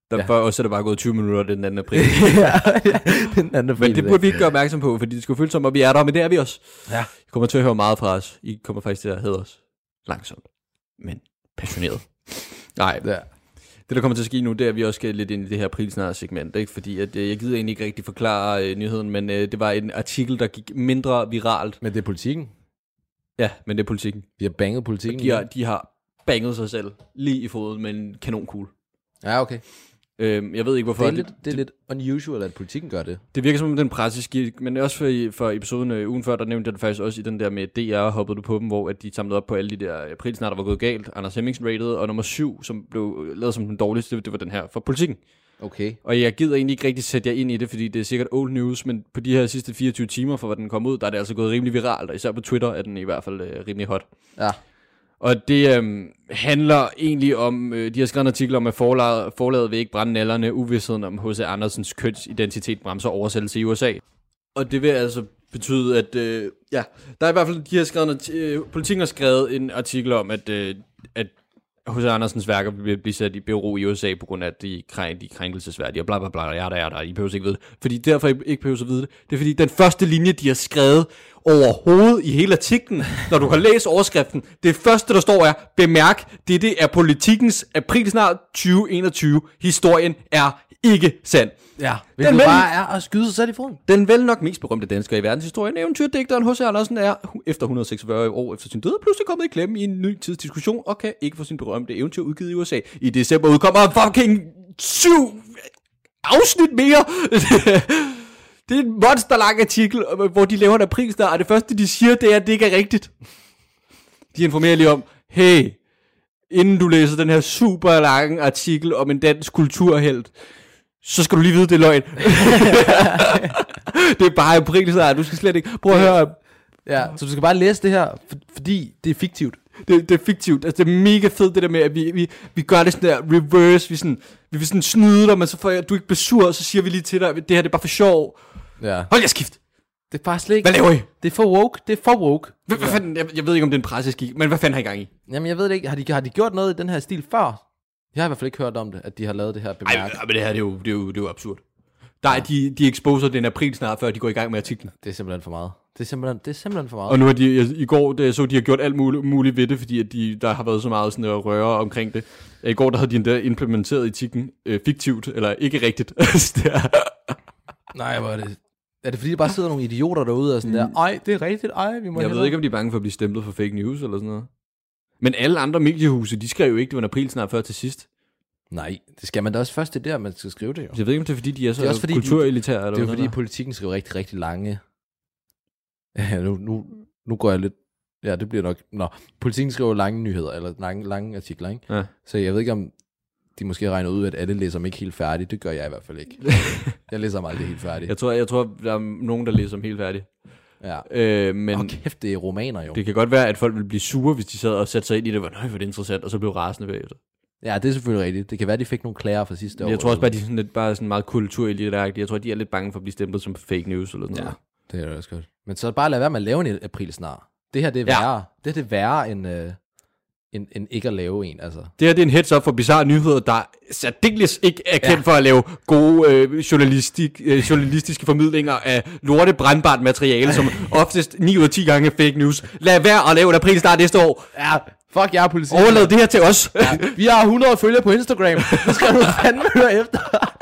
Derfor ja. også er det bare gået tyve minutter den anden april. ja, den anden april. Men det burde vi ikke gøre opmærksom på, fordi det skulle føles som, at vi er der, men det er vi også. Ja. I kommer til at høre meget fra os. I kommer faktisk til at hedde os langsomt, men passioneret. Nej, ja. Det, der kommer til at ske nu, det er, at vi også skal lidt ind i det her aprilsnart-segment, ikke? Fordi at, øh, jeg gider egentlig ikke rigtig forklare øh, nyheden, men øh, det var en artikel, der gik mindre viralt. Men det er politikken. Ja, men det er politikken. De har banget politikken. De har, de har banget sig selv lige i foden med en kanonkugle. Ja, okay. Øhm, jeg ved ikke, hvorfor. Det er, lidt, det er lidt unusual, at politikken gør det. Det virker som om den presse skik, men også for, for episoden øh, ugen før, der nævnte jeg det faktisk også i den der med D R, hoppede du på dem, hvor at de samlede op på alle de der aprilsnart, der var gået galt. Anders Hemmingsen rated, og nummer syv, som blev lavet som den dårligste, det, det var den her for politikken. Okay. Og jeg gider egentlig ikke rigtig sætte jer ind i det, fordi det er sikkert old news, men på de her sidste fireogtyve timer, for hvad den kom ud, der er det altså gået rimelig viralt, og især på Twitter er den i hvert fald øh, rimelig hot. Ja. Og det øhm, handler egentlig om, øh, de har skrevet en artikel om, at forlaget, forlaget vil ikke brænde nallerne, uvidstheden om H C Andersens kønsidentitet bremser oversættelse i U S A. Og det vil altså betyde, at øh, ja, der er i hvert fald, de har skrevet, øh, Politikken har skrevet en artikel om, at, øh, at H C Andersens værker vil blive sat i bero i U S A på grund af, at de, krænk, de er krænkelsesværdige, og bla bla bla, ja der er der, I behøver ikke vide det. Fordi derfor I ikke behøver at vide det, det er fordi den første linje, de har skrevet overhovedet i hele artiklen, når du har læst overskriften, det første der står er, bemærk, dette er Politikens aprilsnart tyve enogtyve, historien er ikke sand. Ja, den du vel, bare er at skyde sig selv i foden. Den vel nok mest berømte dansker i verdenshistorien, eventyrdigteren H C Andersen er efter et hundrede og seksogfyrre år efter sin død pludselig kommet i klemme i en ny tids diskussion og kan ikke få sin berømte eventyr udgivet i U S A. I december udkommer fucking syv afsnit mere. Det er en monsterlang artikel, hvor de laver en aprilsnart, og det første de siger, det er, at det ikke er rigtigt. De informerer lige om, hey, inden du læser den her super lange artikel om en dansk kulturhelt, så skal du lige vide, det er løgn. Det er bare aprilsnart, du skal slet ikke... Prøv at høre... Ja, så du skal bare læse det her, for, fordi det er fiktivt. Det, det er fiktivt. Altså, det er mega fedt, det der med, at vi, vi, vi gør det sådan der reverse. Vi, sådan, vi vil sådan snyde dig, men så får du ikke besur, så siger vi lige til dig, det her det er bare for sjov. Ja. Hold jer skift. Det er bare slet ikke... Hvad laver I? Det er for woke. Det er for woke. Hvad, hvad fanden, jeg, jeg ved ikke, om det er en presseskik, men hvad fanden har I gang i? Jamen, jeg ved det ikke. Har de, har de gjort noget i den her stil før? Jeg har i hvert fald ikke hørt om det, at de har lavet det her bemærke. Ej, men det her, det er jo, det er jo, det er jo absurd. Der er, de, de exposer den april snart, før de går i gang med artiklen. Det er simpelthen for meget. Det er simpelthen, det er simpelthen for meget. Og nu har de, i går, det, så de har gjort alt muligt, muligt ved det, fordi at de, der har været så meget sådan at røre omkring det. I går, der havde de endda implementeret etikken øh, fiktivt, eller ikke rigtigt. Nej, hvor er det... Er det fordi, der bare sidder nogle idioter derude og sådan mm. der, ej, det er rigtigt, ej, vi må... Jeg ved ikke, om de er bange for at blive stemplet for fake news eller sådan noget. Men alle andre mediehuse, de skrev jo ikke, det var en april snart før til sidst. Nej, det skal man da også først, det der, man skal skrive det jo. Jeg ved ikke, om det er fordi, de er så er fordi, kulturelitære. Eller det er jo fordi, politikken skriver rigtig, rigtig lange... Ja, nu, nu, nu går jeg lidt... Ja, det bliver nok... Nå, politikken skriver lange nyheder, eller lange, lange artikler, ikke? Ja. Så jeg ved ikke, om de måske regner ud, at alle læser dem ikke helt færdigt. Det gør jeg i hvert fald ikke. Jeg læser dem aldrig helt færdigt. Jeg tror, jeg tror, der er nogen, der læser dem helt færdigt. Ja. Øh, men Åh, kæft, det er romaner jo. Det kan godt være, at folk vil blive sure, hvis de sad og satte sig ind i det, var nøj, hvor det interessant, og så blev rasende bagefter. Ja, det er selvfølgelig rigtigt. Det kan være, de fik nogle klager fra sidste år. Jeg tror også bare, de er sådan lidt, bare sådan meget kulturelitære. Jeg tror, de er lidt bange for at blive stemplet som fake news eller sådan ja, noget. Det er det også godt. Men så bare lad være med at lave en april snart. Det her, det er værre. Ja. Det her, det er værre end, øh, end, end ikke at lave en, altså. Det her, det er en heads up for bizarre nyheder, der særdeles ikke er kendt ja. for at lave gode øh, journalistik, øh, journalistiske formidlinger af lorte brandbart materiale, som oftest ni ud af ti gange er fake news. Lad være at lave en april snart næste år. Ja, fuck jer, politi. Overlad det her til os. Ja, vi har hundrede følgere på Instagram. Nu skal du fandme høre efter.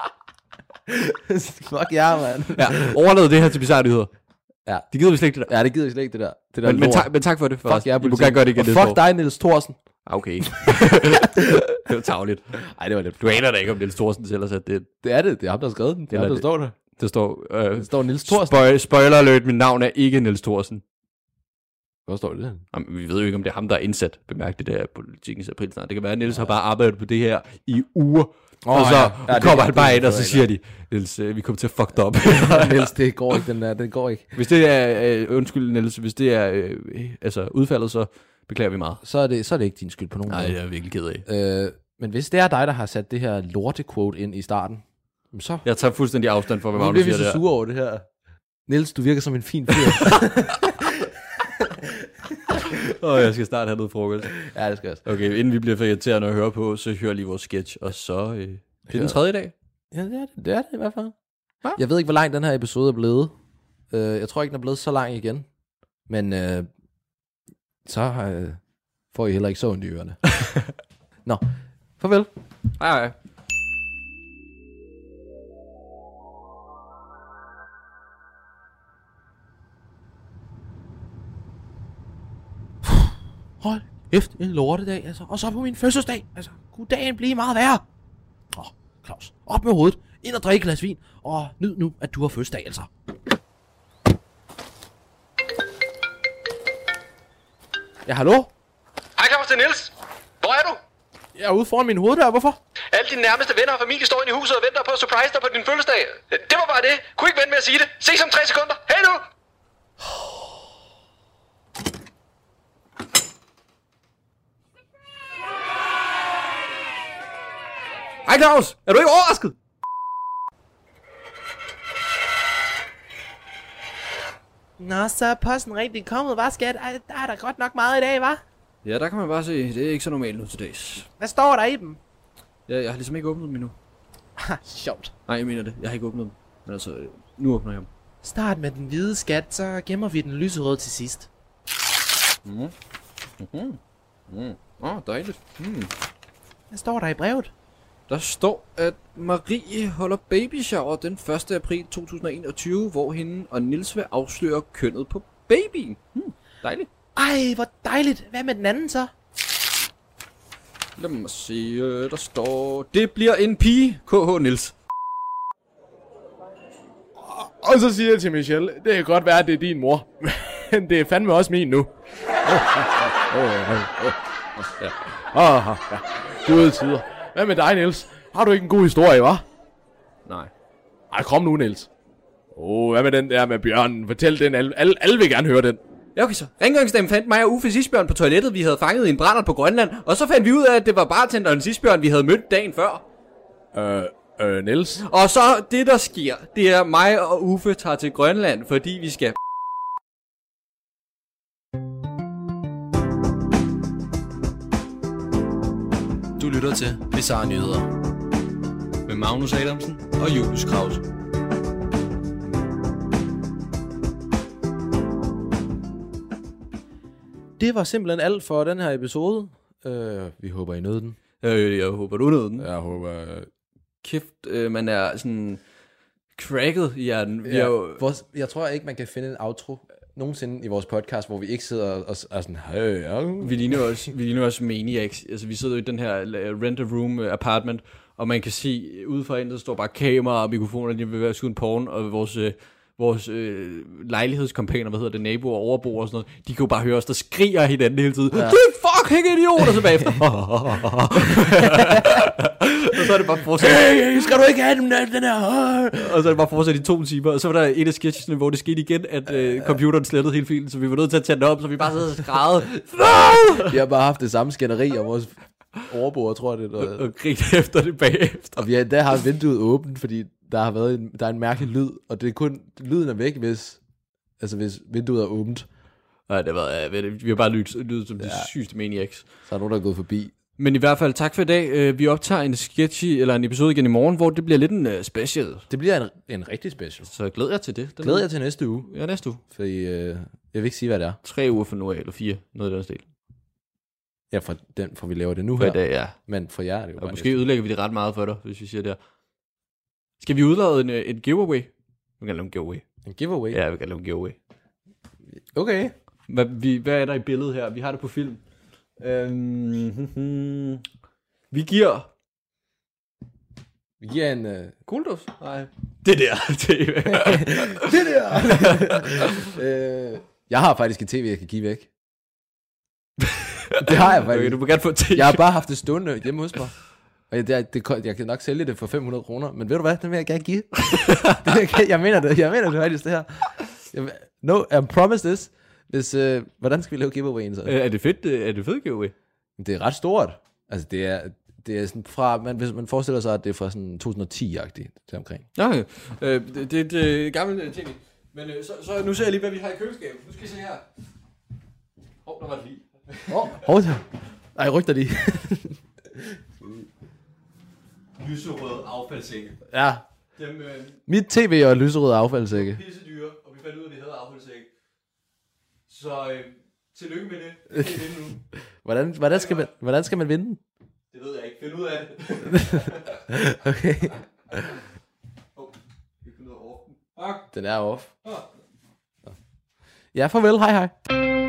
Fuck jer, mand. Ja, overlad det her til bizarre nyheder. Ja. Det gider vi slet ikke det der. Ja, det gider vi slet ikke det der. Det der men, men, tak, men tak for det. For fuck jer, I må gerne gøre det igen. Og fuck dig, Niels Thorsen. Okay. Det var tarveligt. Ej, det var lidt. Du aner da ikke, om Niels Thorsen selv har sat det. Det er det. Det er ham, der har skrevet den. Det er ham, der det, står der. Det står... Øh, det står Niels Thorsen. Spoil, spoiler alert, mit navn er ikke Niels Thorsen. Hvad står det der? Jamen, vi ved jo ikke, om det er ham, der er indsat. Bemærk det der Politikens april snart. Det kan være, at Niels ja. har bare arbejdet på det her i uger. Oh, og så ja. Ja, kommer han bare ind, og så siger de, Niels, øh, vi kommer til at fuck op. Niels, det går ikke, den der, det går ikke. Hvis det er, øh, undskyld Niels, hvis det er øh, altså udfaldet, så beklager vi meget. Så er det, så er det ikke din skyld på nogen måde. Nej, måde. jeg er virkelig ked af. Øh, men hvis det er dig, der har sat det her lorte-quote ind i starten, så... Jeg tager fuldstændig afstand for, hvad Magnus siger der. Nu bliver vi så sure over det her. Niels, du virker som en fin fyr. Åh, oh, jeg skal snart have noget frokost. Ja, det skal jeg også. Okay, inden vi bliver for irriterende at høre på, så hører lige vores sketch, og så... Øh... Det er den tredje dag. Ja, det er det, det, er det i hvert fald. Hva? Jeg ved ikke, hvor lang den her episode er blevet. Uh, jeg tror ikke, den er blevet så lang igen. Men uh, så uh, får I heller ikke så ondt i ørerne. Nå, farvel. Hej hej. Hold efter en lortedag, altså. Og så på min fødselsdag, altså. Kunne dagen blive meget værre? Åh, oh, Claus, op med hovedet. Ind og drikke et glas vin. Og nyd nu, at du har fødselsdag, altså. Ja, hallo? Hej Claus, det er Niels. Hvor er du? Jeg er ude foran min hoveddør, hvorfor? Alle dine nærmeste venner og familie står inde i huset og venter på at surprise dig på din fødselsdag. Det var bare det. Kunne ikke vente med at sige det. Ses om tre sekunder. Hej nu! Hej Claus, er du ikke overrasket? Nå, så er posten rigtig kommet, hva' skat? Der er der godt nok meget i dag, hva'? Ja, der kan man bare se, det er ikke så normalt nu til dags. Hvad står der i dem? Ja, jeg har ligesom ikke åbnet dem endnu. Sjovt. Nej, jeg mener det. Jeg har ikke åbnet dem. Men altså, nu åbner jeg dem. Start med den hvide skat, så gemmer vi den lyserøde til sidst. Mm. Mm-hmm. Mm. Åh, oh, dejligt. Mm. Hvad står der i brevet? Der står, at Marie holder baby shower den første april to tusind og enogtyve, hvor hende og Niels vil afsløre kønnet på babyen. Hmm, dejligt. Ej, hvor dejligt. Hvad med den anden så? Lad mig se, der står, det bliver en pige, K H Niels. Og så siger jeg til Michelle, det kan godt være, at det er din mor. Men det er fandme også min nu. Åh, ja. Gode tider. Hvad med dig, Niels? Har du ikke en god historie, hva'? Nej. Ej, kom nu, Niels. Åh, oh, hvad med den der med bjørnen? Fortæl den, alle, alle, alle vil gerne høre den. Ja, okay så. Rengøringsdamen fandt mig og Uffes isbjørn på toilettet, vi havde fanget i en brændert på Grønland. Og så fandt vi ud af, at det var bartenderens isbjørn, vi havde mødt dagen før. Øh, øh, Niels? Og så det, der sker, det er mig og Uffe tager til Grønland, fordi vi skal... Du lytter til Bizarre Nyheder med Magnus Adamsen og Julius Krause. Det var simpelthen alt for den her episode. Øh, vi håber, I nød den. Øh, jeg håber, du nåede den. Jeg håber... Kæft, øh, man er sådan cracket i hjernen. Vi Ja, jo... vores, jeg tror ikke, man kan finde en outro nogensinde i vores podcast, hvor vi ikke sidder og, og, og sådan... Hey, ja. Vi ligner også, vi ligner også maniacs. Altså, vi sidder i den her rent-a-room apartment, og man kan se, ude for enden, der står bare kamera og mikrofoner, de vil være skud en porn, og vores... Øh, vores øh, lejlighedskompaner, hvad hedder det, naboer og overboer og sådan noget, de kan jo bare høre os, der skriger hinanden hele tiden. Ja. Det er fucking idiot! Og så bagefter. Og så er det bare fortsat. Hey, skal du ikke have den, den her? Og så er det bare fortsat i to timer. Og så var der en af sketchene, hvor det skete igen, at øh, computeren slettede hele filen, så vi var nødt til at tage den op, så vi bare sidder og skrædede. Vi har bare haft det samme skænderi om vores overboer, tror jeg det. Og, og grinte efter det bagefter. Og vi har endda haft vinduet åbent, fordi der har været en, der er en mærkelig lyd, og det er kun, lyden er væk, hvis, altså hvis vinduet er åbent. Nej, det var, øh, vi har bare lyttet, lyttet som ja. Det sygeste maniacs. Så er nogen, der er gået forbi. Men i hvert fald, tak for i dag. Vi optager en sketchy, eller en episode igen i morgen, hvor det bliver lidt en uh, special. Det bliver en, en rigtig special. Så glæder jeg til det. Den glæder jeg til næste uge. Ja, næste uge. Fordi, øh, jeg vil ikke sige, hvad det er. Tre uger for nu af, eller fire, noget af den stil. Ja, for, den, for vi laver det nu for her. Dag, ja. Men for jer er det jo og bare måske næste. Udlægger vi det ret meget for dig, hvis vi siger det her. Skal vi udlade en, en giveaway? Vi kan lave en giveaway. En giveaway? Ja, vi kan lave en giveaway. Okay. Hvad, vi, hvad er der i billedet her? Vi har det på film. Øhm, vi giver... Vi giver en... Uh... Kuldus? Nej. Det der. Det, det der. øh, jeg har faktisk et tv, jeg kan give væk. Det har jeg faktisk. Okay, du må gerne få tv. Jeg har bare haft det stående hjemme hos mig. Og det, det, jeg kan nok sælge det for fem hundrede kroner. Men ved du hvad, den vil jeg gerne give. det, jeg mener det, jeg mener det faktisk det her. Jeg, no, I promise this. Hvis, øh, hvordan skal vi lave giveawayen så? Øh, er det fedt? Er det fedt giveaway? Det er ret stort. Altså det er, det er sådan fra, man, hvis man forestiller sig, at det er fra sådan to tusind og ti-agtigt til omkring. Okay. Øh, det, det, det er gammelt tv. Men øh, så, så nu ser jeg lige, hvad vi har i køleskabet. Nu skal I se her. Åh, oh, der var det lige. Åh, oh, oh, ej, ryk dig lige. lyserøde affaldssække. Ja. Dem, øh, Mit tv og lyserøde affaldssække. pisse dyre, og vi fandt ud af, at det hedder affaldssække. Så øh, tillykke med det. Det er det nu. Hvordan, hvordan, skal man, hvordan skal man vinde den? Det ved jeg ikke. Find ud af det. Okay. Oh, vi kan noget off den. Fuck. Den er off. Oh. Ja, farvel. Hej hej.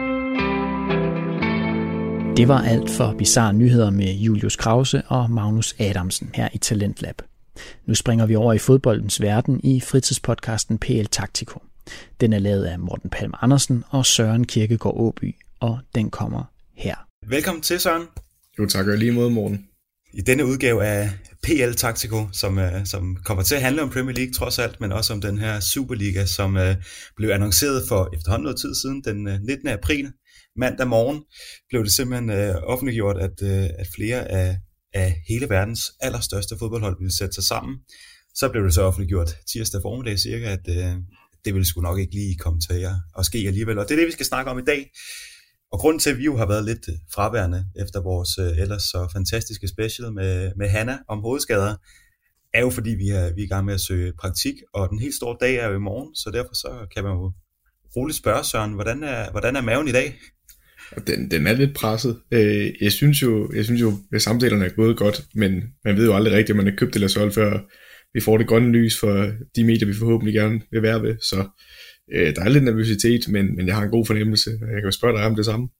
Det var alt for Bizarre Nyheder med Julius Krause og Magnus Adamsen her i Talentlab. Nu springer vi over i fodboldens verden i fritidspodcasten P L Taktiko. Den er lavet af Morten Palm Andersen og Søren Kierkegaard Åby, og den kommer her. Velkommen til, Søren. Jo, tak og lige mod morgen. I denne udgave af P L Taktiko, som, uh, som kommer til at handle om Premier League trods alt, men også om den her Superliga, som uh, blev annonceret for efterhånden noget tid siden, den uh, nittende april. Mandag morgen blev det simpelthen uh, offentliggjort, at, uh, at flere af, af hele verdens allerstørste fodboldhold ville sætte sig sammen. Så blev det så offentliggjort tirsdag formiddag cirka, at uh, det ville sgu nok ikke lige komme til at, at ske alligevel. Og det er det, vi skal snakke om i dag. Og grunden til, at vi jo har været lidt fraværende efter vores uh, ellers så fantastiske special med, med Hanna om hovedskader, er jo fordi, vi er, vi er i gang med at søge praktik, og den helt store dag er jo i morgen, så derfor så kan man jo roligt spørge, Søren, hvordan er, hvordan er maven i dag? Den, den er lidt presset. Jeg synes jo, jeg synes jo at samtalerne er gået godt, men man ved jo aldrig rigtigt, om man er købt eller solgt, før vi får det grønne lys for de medier, vi forhåbentlig gerne vil være ved, så øh, der er lidt nervøsitet, men, men jeg har en god fornemmelse, og jeg kan jo spørge dig om det samme.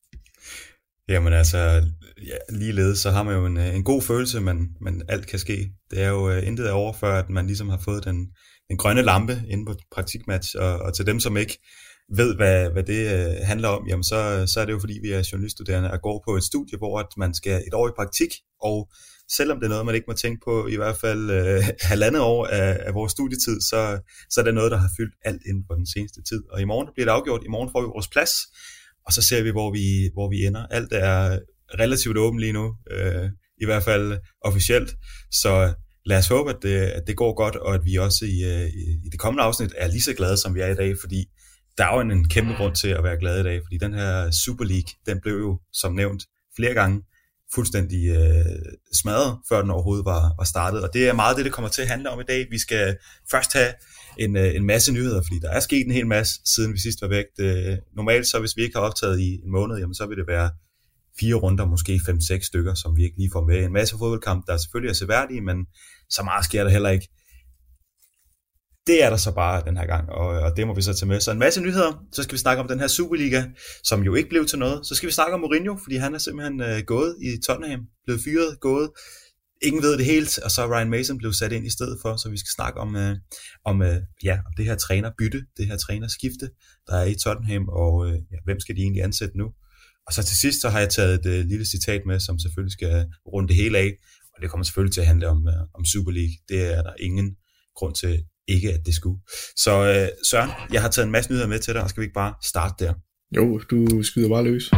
Jamen altså, ja, ligeledes så har man jo en, en god følelse, men, men alt kan ske. Det er jo uh, intet af over, før at man ligesom har fået den, den grønne lampe inde på praktikmatch, og, og til dem, som ikke ved, hvad, hvad det uh, handler om, jamen så, så er det jo fordi, vi er journaliststuderende og går på et studie, hvor at man skal et år i praktik, og selvom det er noget, man ikke må tænke på i hvert fald øh, halvandet år af, af vores studietid, så, så er det noget, der har fyldt alt inden for den seneste tid. Og i morgen bliver det afgjort. I morgen får vi vores plads, og så ser vi, hvor vi, hvor vi ender. Alt er relativt åbent lige nu, øh, i hvert fald officielt. Så lad os håbe, at det, at det går godt, og at vi også i, i, i det kommende afsnit er lige så glade, som vi er i dag, fordi der er jo en, en kæmpe grund til at være glad i dag, fordi den her Super League, den blev jo, som nævnt, flere gange fuldstændig øh, smadret, før den overhovedet var, var startet. Og det er meget det, det kommer til at handle om i dag. Vi skal først have en, øh, en masse nyheder, fordi der er sket en hel masse, siden vi sidst var væk. Det, normalt så, hvis vi ikke har optaget i en måned, jamen, så vil det være fire runder, måske fem seks stykker, som vi ikke lige får med. En masse fodboldkamp, der selvfølgelig er seværdige, men så meget sker der heller ikke. Det er der så bare den her gang, og, og det må vi så tage med. Så en masse nyheder, så skal vi snakke om den her Superliga, som jo ikke blev til noget. Så skal vi snakke om Mourinho, fordi han er simpelthen øh, gået i Tottenham, blevet fyret, gået. Ingen ved det helt, og så Ryan Mason blev sat ind i stedet for, så vi skal snakke om, øh, om, øh, ja, om det her trænerbytte, det her trænerskifte, der er i Tottenham, og øh, ja, hvem skal de egentlig ansætte nu? Og så til sidst, så har jeg taget et øh, lille citat med, som selvfølgelig skal runde det hele af, og det kommer selvfølgelig til at handle om, øh, om Super League. Det er der ingen grund til ikke, at det skulle. Så øh, Søren, jeg har taget en masse nyheder med til dig, og skal vi ikke bare starte der? Jo, du skyder bare løs.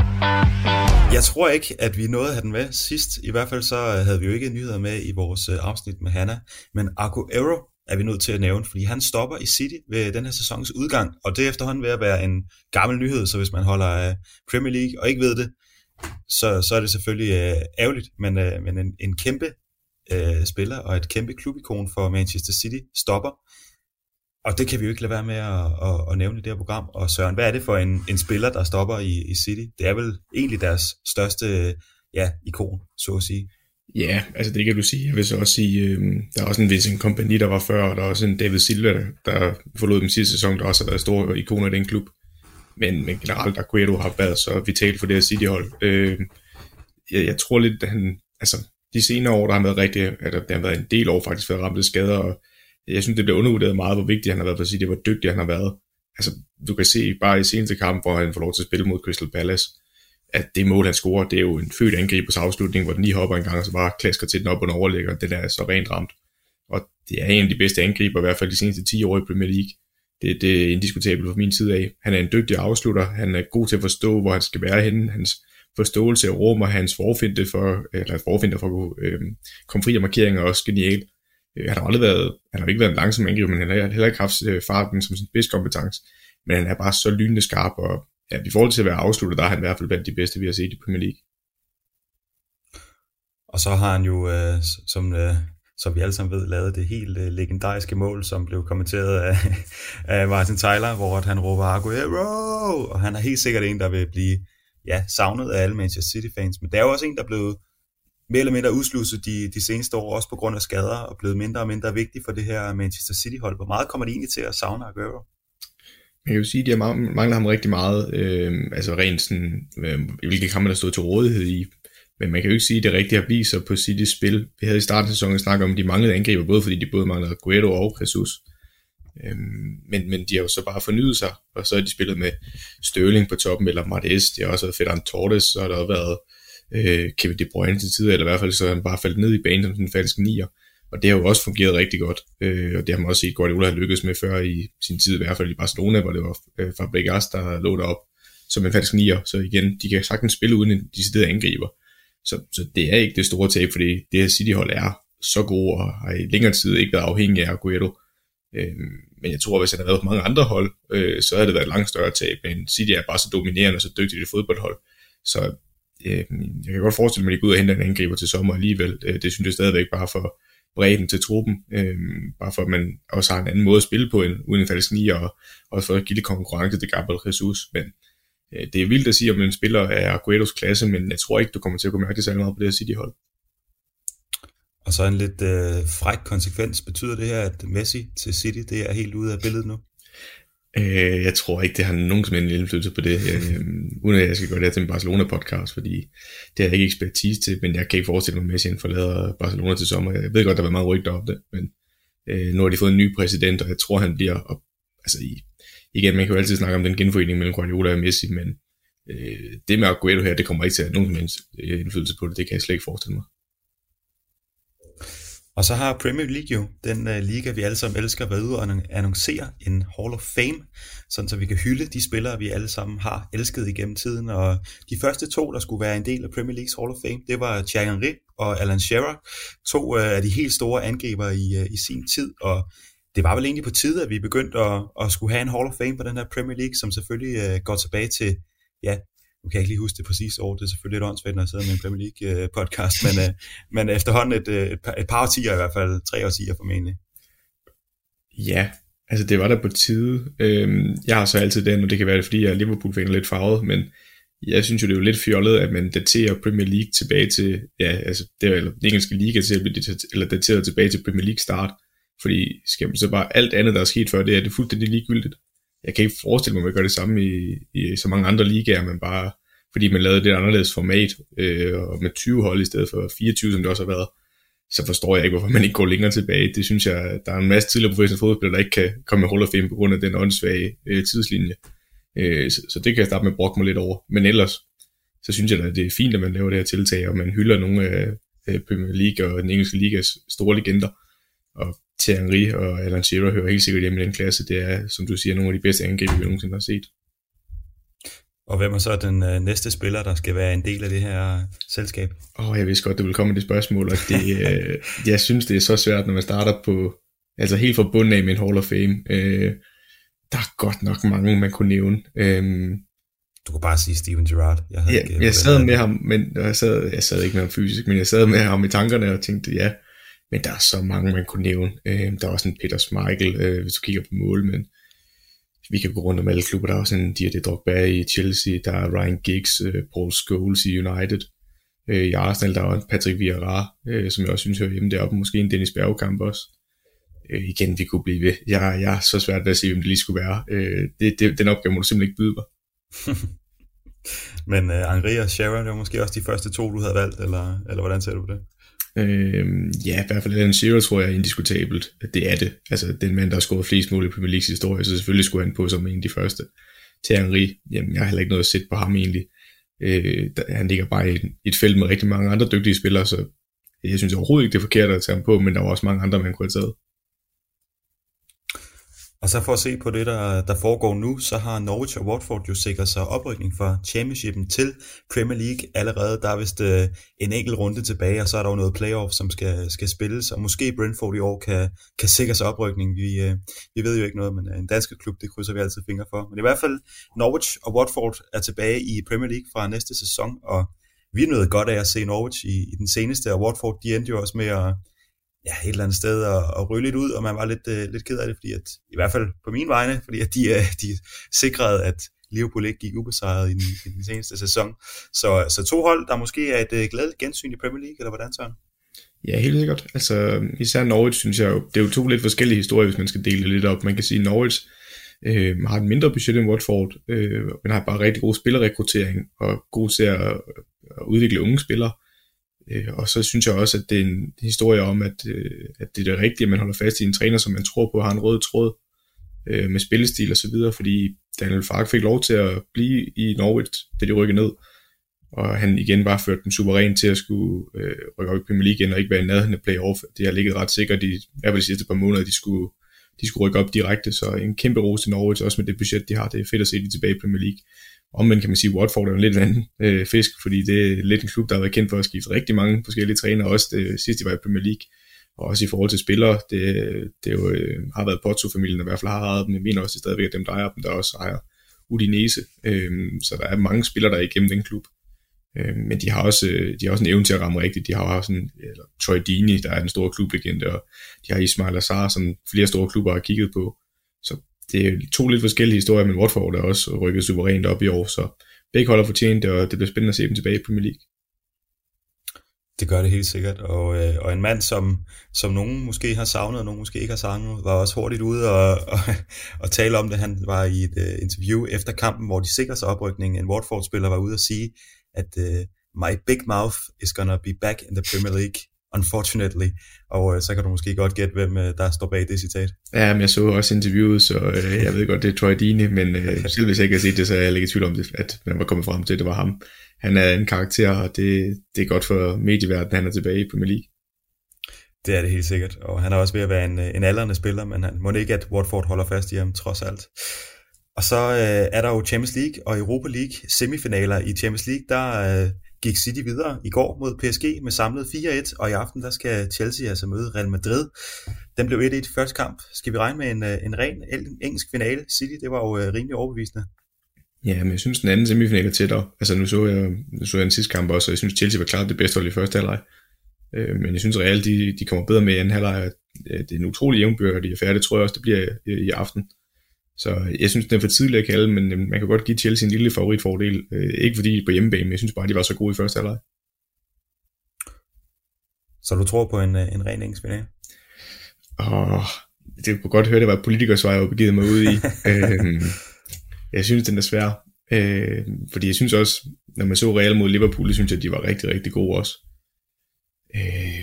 Jeg tror ikke, at vi nåede at have den med sidst. I hvert fald så havde vi jo ikke nyheder med i vores afsnit med Hanna, men Aguero er vi nødt til at nævne, fordi han stopper i City ved den her sæsons udgang, og det er efterhånden ved at være en gammel nyhed, så hvis man holder af Premier League og ikke ved det, så, så er det selvfølgelig øh, ærgerligt, men, øh, men en, en kæmpe øh, spiller og et kæmpe klubikon for Manchester City stopper, og det kan vi jo ikke lade være med at, at, at nævne i det her program. Og Søren, hvad er det for en, en spiller, der stopper i, i City? Det er vel egentlig deres største ja, ikon, så at sige. Ja, altså det kan du sige. Jeg vil så også sige, øh, der er også en Vincent Kompany, der var før, og der er også en David Silva, der forlod dem sidste sæson, der også har været store ikoner i den klub. Men, men generelt, Aguero har været så vital for det her City-hold. Øh, jeg, jeg tror lidt, at han, altså de senere år, der har været rigtig, at der har været en del år faktisk været ramt af skader, og jeg synes, det bliver undervurderet meget, hvor vigtig han har været for City, hvor dygtig han har været. Altså, du kan se bare i seneste kamp, hvor han får lov til at spille mod Crystal Palace, at det mål, han scorer, det er jo en født angribers afslutning, hvor den lige hopper en gang, og så bare klasker til den op og overlægger, det der er så rent ramt. Og det er en af de bedste angriber, i hvert fald de seneste ti år i Premier League. Det, det er indiskutabelt fra min side af. Han er en dygtig afslutter, han er god til at forstå, hvor han skal være henne, hans forståelse af rum og hans forfinte for, eller forfinte for at kunne øh, komme fri af markeringer er også genial. Han har aldrig været, han har ikke været en langsom angriber, men han har heller ikke haft farten som sin bedste kompetence. Men han er bare så lynende skarp, og ja, i forhold til at være afsluttet, der er han i hvert fald blandt de bedste, vi har set i Premier League. Og så har han jo, øh, som, øh, som vi alle sammen ved, lavede det helt uh, legendariske mål, som blev kommenteret af, af Martin Tyler, hvor han råber Aguero, og han er helt sikkert en, der vil blive ja, savnet af alle Manchester City-fans, men det er jo også en, der er blevet mere eller mindre udslusset de, de seneste år, også på grund af skader, og blevet mindre og mindre vigtig for det her Manchester City-hold. Hvor meget kommer de egentlig til at savne Aguero? Man kan jo sige, at de har mangler ham rigtig meget, øh, altså rent sådan, øh, hvilke kampe der stod til rådighed i, men man kan jo ikke sige, at det rigtigt har vist sig på Citys spil. Vi havde i starten af sæsonen snakket om, at de manglede angriber, både fordi de både manglede Aguero og Jesus, øh, men, men de har jo så bare fornyet sig, og så har de spillet med Sterling på toppen, eller Martes, de har også været Ferran Torres, så har der også været øh, Kevin De Bruyne til tider, eller i hvert fald så har han bare faldet ned i banen som en falsk nier. Og det har jo også fungeret rigtig godt, øh, og det har man også set, Guardiola har lykkedes med før i sin tid, i hvert fald i Barcelona, hvor det var øh, Fabregas, der lå derop som en falsk nier. Så igen, de kan sagtens spille uden en decideret angriber. Så, så det er ikke det store tab, fordi det her City-hold er så gode, og har i længere tid ikke været afhængige af Aguero. Øh, men jeg tror, at hvis han havde været på mange andre hold, øh, så havde det været et langt større tab. Men City er bare så dominerende og så dygtigt et fodboldhold. Så øh, jeg kan godt forestille mig, at de går ud og henter en angriber til sommer alligevel. Øh, det synes jeg stadigvæk bare for bredden til truppen, øh, bare for at man også har en anden måde at spille på, end uden en falsk nier, og også for at give det konkurrence til Gabriel Jesus, men øh, det er vildt at sige, om en spiller er Agueros klasse, men jeg tror ikke, du kommer til at kunne mærke det særlig meget på det her City-hold. Og så en lidt øh, fræk konsekvens, betyder det her, at Messi til City, det er helt ude af billedet nu? Øh, jeg tror ikke, det har nogen som helst indflydelse på det, øh, uden at jeg skal gøre det her til en Barcelona-podcast, fordi det har jeg ikke ekspertise til, men jeg kan ikke forestille mig, at Messi forlader Barcelona til sommer. Jeg ved godt, der var meget rygter om det, men øh, nu har de fået en ny præsident, og jeg tror, han bliver, og, altså i, igen, man kan jo altid snakke om den genforening mellem Guardiola og Messi, men øh, det med Aguero her, det kommer ikke til at have nogen som helst indflydelse på det, det kan jeg slet ikke forestille mig. Og så har Premier League jo, den uh, liga, vi alle sammen elsker, været ude og annoncere en Hall of Fame, sådan så vi kan hylde de spillere, vi alle sammen har elsket igennem tiden. Og de første to, der skulle være en del af Premier Leagues Hall of Fame, det var Thierry Henry og Alan Shearer, to uh, af de helt store angriber i, uh, i sin tid. Og det var vel egentlig på tide, at vi begyndte at, at skulle have en Hall of Fame på den her Premier League, som selvfølgelig uh, går tilbage til, ja, nu kan jeg ikke lige huske det præcise år, det er selvfølgelig et åndsvægt, når jeg sidder med en Premier League uh, podcast, men, uh, men efterhånden et, et, par, et par årtier i hvert fald, tre årtier formentlig. Ja, altså det var der på tide. Øhm, jeg har så altid den, og det kan være det, fordi jeg er Liverpool-fan lidt farvet, men jeg synes jo, det er jo lidt fjollet, at man daterer Premier League tilbage til, ja, altså det er eller den engelske liga til at blive dateret, eller dateret tilbage til Premier League start, fordi skal man så bare alt andet, der er sket før, det er det fuldstændig ligegyldigt. Jeg kan ikke forestille mig, at man gør det samme i, i så mange andre ligaer, men bare fordi man lavede det anderledes format, øh, og med tyve hold i stedet for fireogtyve, som det også har været, så forstår jeg ikke, hvorfor man ikke går længere tilbage. Det synes jeg, der er en masse tidligere professionelle fodboldspillere, der ikke kan komme med Hall of Fame på grund af den åndssvage øh, tidslinje. Øh, så, så det kan jeg starte med at brokke mig lidt over. Men ellers, så synes jeg da, at det er fint, at man laver det her tiltag, og man hylder nogle af øh, Premier League og den engelske ligas store legender. Og Thierry Henry og Alan Shearer hører helt sikkert hjemme i den klasse. Det er, som du siger, nogle af de bedste angriber, vi nogensinde har set. Og hvem er så den øh, næste spiller, der skal være en del af det her selskab? Åh, oh, jeg vidste godt, det ville komme med det spørgsmål, og det, øh, jeg synes, det er så svært, når man starter på, altså helt fra bunden af med en Hall of Fame. Øh, der er godt nok mange, man kunne nævne. Øh, du kunne bare sige Steven Gerrard. Jeg, havde ja, ikke, jeg sad med ham, men jeg sad, jeg sad ikke med ham fysisk, men jeg sad med ham i tankerne og tænkte, ja, men der er så mange, man kunne nævne. Øh, der er også en Peter Schmeichel, øh, hvis du kigger på mål, men vi kan gå rundt om alle klubber. Der er også en Didier Drogba i Chelsea, der er Ryan Giggs, øh, Paul Scholes i United. Øh, I Arsenal, der er også Patrick Vieira, øh, som jeg også synes hører hjemme deroppe. Måske en Dennis Bergkamp også. Øh, igen, vi kunne blive ved. Jeg, jeg er så svært ved at sige, hvem det lige skulle være. Øh, det, det, den opgave må du simpelthen ikke byde mig. Men øh, Henry og Shearer, det var måske også de første to, du havde valgt, eller, eller hvordan ser du på det? Øhm, ja, i hvert fald Alan Shearer tror jeg er indiskutabelt. Det er det. Altså den mand, der har scoret flest mål i Premier Leagues historie, så selvfølgelig skulle han på som en af de første. Til Henry, jamen jeg har heller ikke noget at sætte på ham egentlig. Øh, der, han ligger bare i et, et felt med rigtig mange andre dygtige spillere, så jeg synes overhovedet ikke det er forkert at tage ham på, men der var også mange andre, man kunne have taget. Og så for at se på det, der, der foregår nu, så har Norwich og Watford jo sikret sig oprykning fra Championshipen til Premier League allerede. Der er vist øh, en enkelt runde tilbage, og så er der jo noget playoff, som skal, skal spilles, og måske Brentford i år kan, kan sikre sig oprykning. Vi, øh, vi ved jo ikke noget, men en dansk klub, det krydser vi altid fingre for. Men i hvert fald, Norwich og Watford er tilbage i Premier League fra næste sæson, og vi er nødt godt af at se Norwich i, i den seneste, og Watford, de endte jo også med at ja, et eller andet sted at, at ryge lidt ud, og man var lidt, uh, lidt ked af det, fordi at, i hvert fald på mine vegne, fordi at de, uh, de sikrede, at Liverpool ikke gik ubesejret i den, i den seneste sæson. Så, så to hold, der måske er et uh, glædeligt gensyn i Premier League, eller hvordan, Søren? Ja, helt sikkert. Altså, især Norwich, synes jeg jo, det er jo to lidt forskellige historier, hvis man skal dele det lidt op. Man kan sige, at Norwich øh, har et mindre budget end Watford, øh, men har bare rigtig god spillerrekruttering, og god til at, at udvikle unge spillere. Øh, og så synes jeg også, at det er en historie om, at, øh, at det er det rigtige, at man holder fast i en træner, som man tror på har en rød tråd øh, med spillestil og så videre, fordi Daniel Farke fik lov til at blive i Norwich, da de rykkede ned, og han igen bare førte dem suveræn til at skulle øh, rykke op i Premier League igen, og ikke være i nærheden af playoff. Det har ligget ret sikkert i, i hvert fald de sidste par måneder, at de skulle, de skulle rykke op direkte, så en kæmpe ros til Norwich, også med det budget, de har. Det er fedt at se de tilbage i Premier League. Omvendt kan man sige, at Watford er en lidt anden øh, fisk, fordi det er lidt en klub, der har været kendt for at skifte rigtig mange forskellige trænere, også det sidste de var i Premier League, og også i forhold til spillere. Det, det jo, øh, har været Pozzo-familien, der i hvert fald har ejet dem. Jeg mener også, det stadigvæk er dem, der ejer dem, der også ejer Udinese. Øh, så der er mange spillere, der er igennem den klub. Øh, men de har, også, de har også en evne til at ramme rigtigt. De har også sådan, eller Troy Deeney, der er en stor klublegende, og de har Ismail Assar, som flere store klubber har kigget på. Så det er to lidt forskellige historier, men Watford er også rykket suverænt op i år, så begge holder fortjent, og det bliver spændende at se dem tilbage i Premier League. Det gør det helt sikkert, og, øh, og en mand, som, som nogen måske har savnet, og nogen måske ikke har savnet, var også hurtigt ude og, og, og tale om det. Han var i et uh, interview efter kampen, hvor de sikrede sig oprykningen. En Watford-spiller var ude og sige, at uh, my big mouth is gonna be back in the Premier League, unfortunately. Og uh, så kan du måske godt gætte, hvem uh, der står bag det citat. Ja, men jeg så også interviewet, så uh, jeg ved godt, det er Troy Deeney, men uh, selv hvis jeg ikke har set det, så er jeg ikke i tvivl om det, at man var kommet frem til, at det var ham. Han er en karakter, og det, det er godt for medieverdenen, han er tilbage i Premier League. Det er det helt sikkert, og han er også ved at være en, en aldrende spiller, men han må ikke, at Watford holder fast i ham, trods alt. Og så øh, er der jo Champions League og Europa League semifinaler. I Champions League, der øh, gik City videre i går mod P S G med samlet fire et, og i aften, der skal Chelsea altså møde Real Madrid. Den blev et et i første kamp. Skal vi regne med en, en ren engelsk finale? City, det var jo øh, rimelig overbevisende. Ja, men jeg synes, den anden semifinal er tættere. Altså, nu så jeg, nu så jeg en sidste kamp også, og jeg synes, Chelsea var klart det bedste hold i første halvleg. Øh, men jeg synes, Real, de, de kommer bedre med i anden halvleg. Det er en utrolig jævnbyrd, og de er færdige. Det tror jeg også, det bliver i, i aften. Så jeg synes, den er for tidligt at kalde, men man kan godt give Chelsea en lille favoritfordel. Øh, ikke fordi på hjemmebane, men jeg synes bare, de var så gode i første halvleg. Så du tror på en, en ren engelsk finale? Åh, det kunne godt høre, det var politikersvej, jeg begivet mig ud i. øh, Jeg synes, den er svær, øh, fordi jeg synes også, når man så Real mod Liverpool, det synes jeg, at de var rigtig, rigtig gode også. Øh,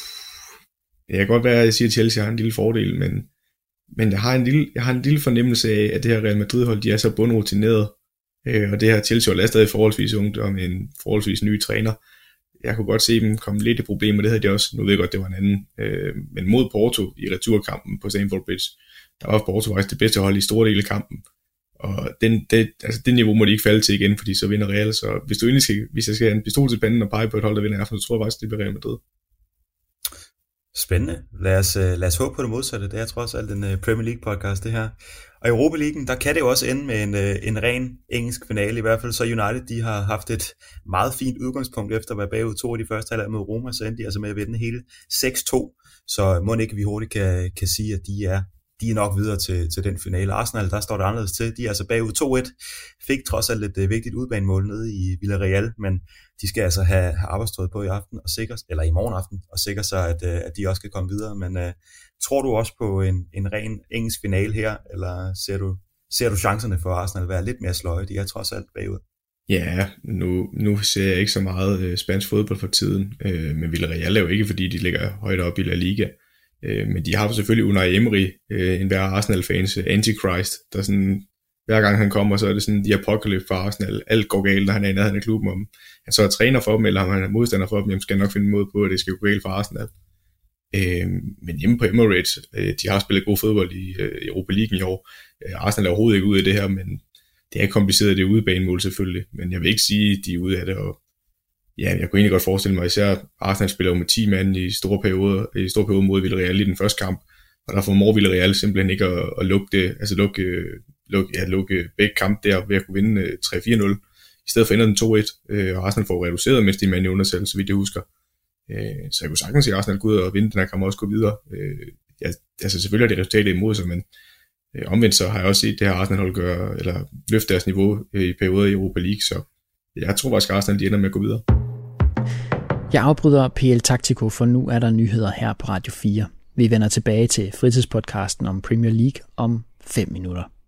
jeg kan godt være, at jeg siger, at Chelsea har en lille fordel, men, men jeg, har en lille, jeg har en lille fornemmelse af, at det her Real Madrid-hold, de er så bundrutineret, øh, og det her Chelsea-hold er stadig forholdsvis ungt, og med en forholdsvis ny træner. Jeg kunne godt se dem komme lidt i problemer, det havde de også, nu ved jeg godt, det var en anden, øh, men mod Porto i returkampen på Stamford Bridge, der var Porto faktisk det bedste hold i store dele af kampen. Og den, det, altså det niveau må de ikke falde til igen, fordi så vinder Real. Så hvis du egentlig skal, hvis jeg skal have en pistol til panden og pege på et hold, der vinder i aften, så tror jeg faktisk, det bliver Real Madrid. Spændende. Lad os, lad os håbe på det modsatte. Det er trods alt en Premier League podcast, det her. Og i Europa League, der kan det jo også ende med en, en ren engelsk finale. I hvert fald så United, de har haft et meget fint udgangspunkt efter at være bagud to i de første halvleg mod Roma, så endte de altså med at vinde hele seks to. Så må ikke vi hurtigt kan, kan sige, at de er De er nok videre til, til den finale. Arsenal, der står det anderledes til. De er altså bagud to et. Fik trods alt et uh, vigtigt udbanemål nede i Villarreal, men de skal altså have, have arbejdstøjet på i aften, og sikre, eller i morgen aften, og sikre sig, at, uh, at de også kan komme videre. Men uh, tror du også på en, en ren engelsk finale her, eller ser du, ser du chancerne for Arsenal være lidt mere sløje? De er trods alt bagud. Ja, nu, nu ser jeg ikke så meget uh, spansk fodbold for tiden, uh, men Villarreal er jo ikke, fordi de ligger højt op i La Liga. Øh, men de har selvfølgelig Unai Emery, øh, en hver Arsenal-fans, øh, Antichrist, der sådan, hver gang han kommer, så er det sådan de apocalypse for Arsenal. Alt går galt, når han er i nærheden af klubben. Om han så er træner for dem, eller om han er modstander for dem, jamen skal nok finde en måde på, at det skal gå galt for Arsenal. Øh, men hjemme på Emirates, øh, de har spillet god fodbold i øh, Europa League i år. Øh, Arsenal er overhovedet ikke ude af det her, men det er kompliceret, det er udebanemål selvfølgelig. Men jeg vil ikke sige, at de er ude af det, og ja, jeg kunne egentlig godt forestille mig, især Arsenal spiller jo med ti mand i store perioder, i store perioder mod Villarreal i den første kamp, og der formår Villarreal simpelthen ikke at, at lukke det, altså lukke, lukke, ja, lukke begge kamp der ved at kunne vinde tre fire nul. I stedet for ender den to et, og Arsenal får reduceret, mens de er mand i undersættelse, så vidt jeg husker. Øh, så jeg kunne sagtens se Arsenal gå ud og vinde den her kamp og også gå videre. Øh, ja, altså selvfølgelig er det resultatet imod sig, men øh, omvendt så har jeg også set det her Arsenal-hold gøre, eller løfte deres niveau øh, i perioder i Europa League, så jeg tror faktisk, at Arsenal de ender med at gå videre. Jeg afbryder P L Taktiko, for nu er der nyheder her på Radio fire. Vi vender tilbage til fritidspodcasten om Premier League om fem minutter.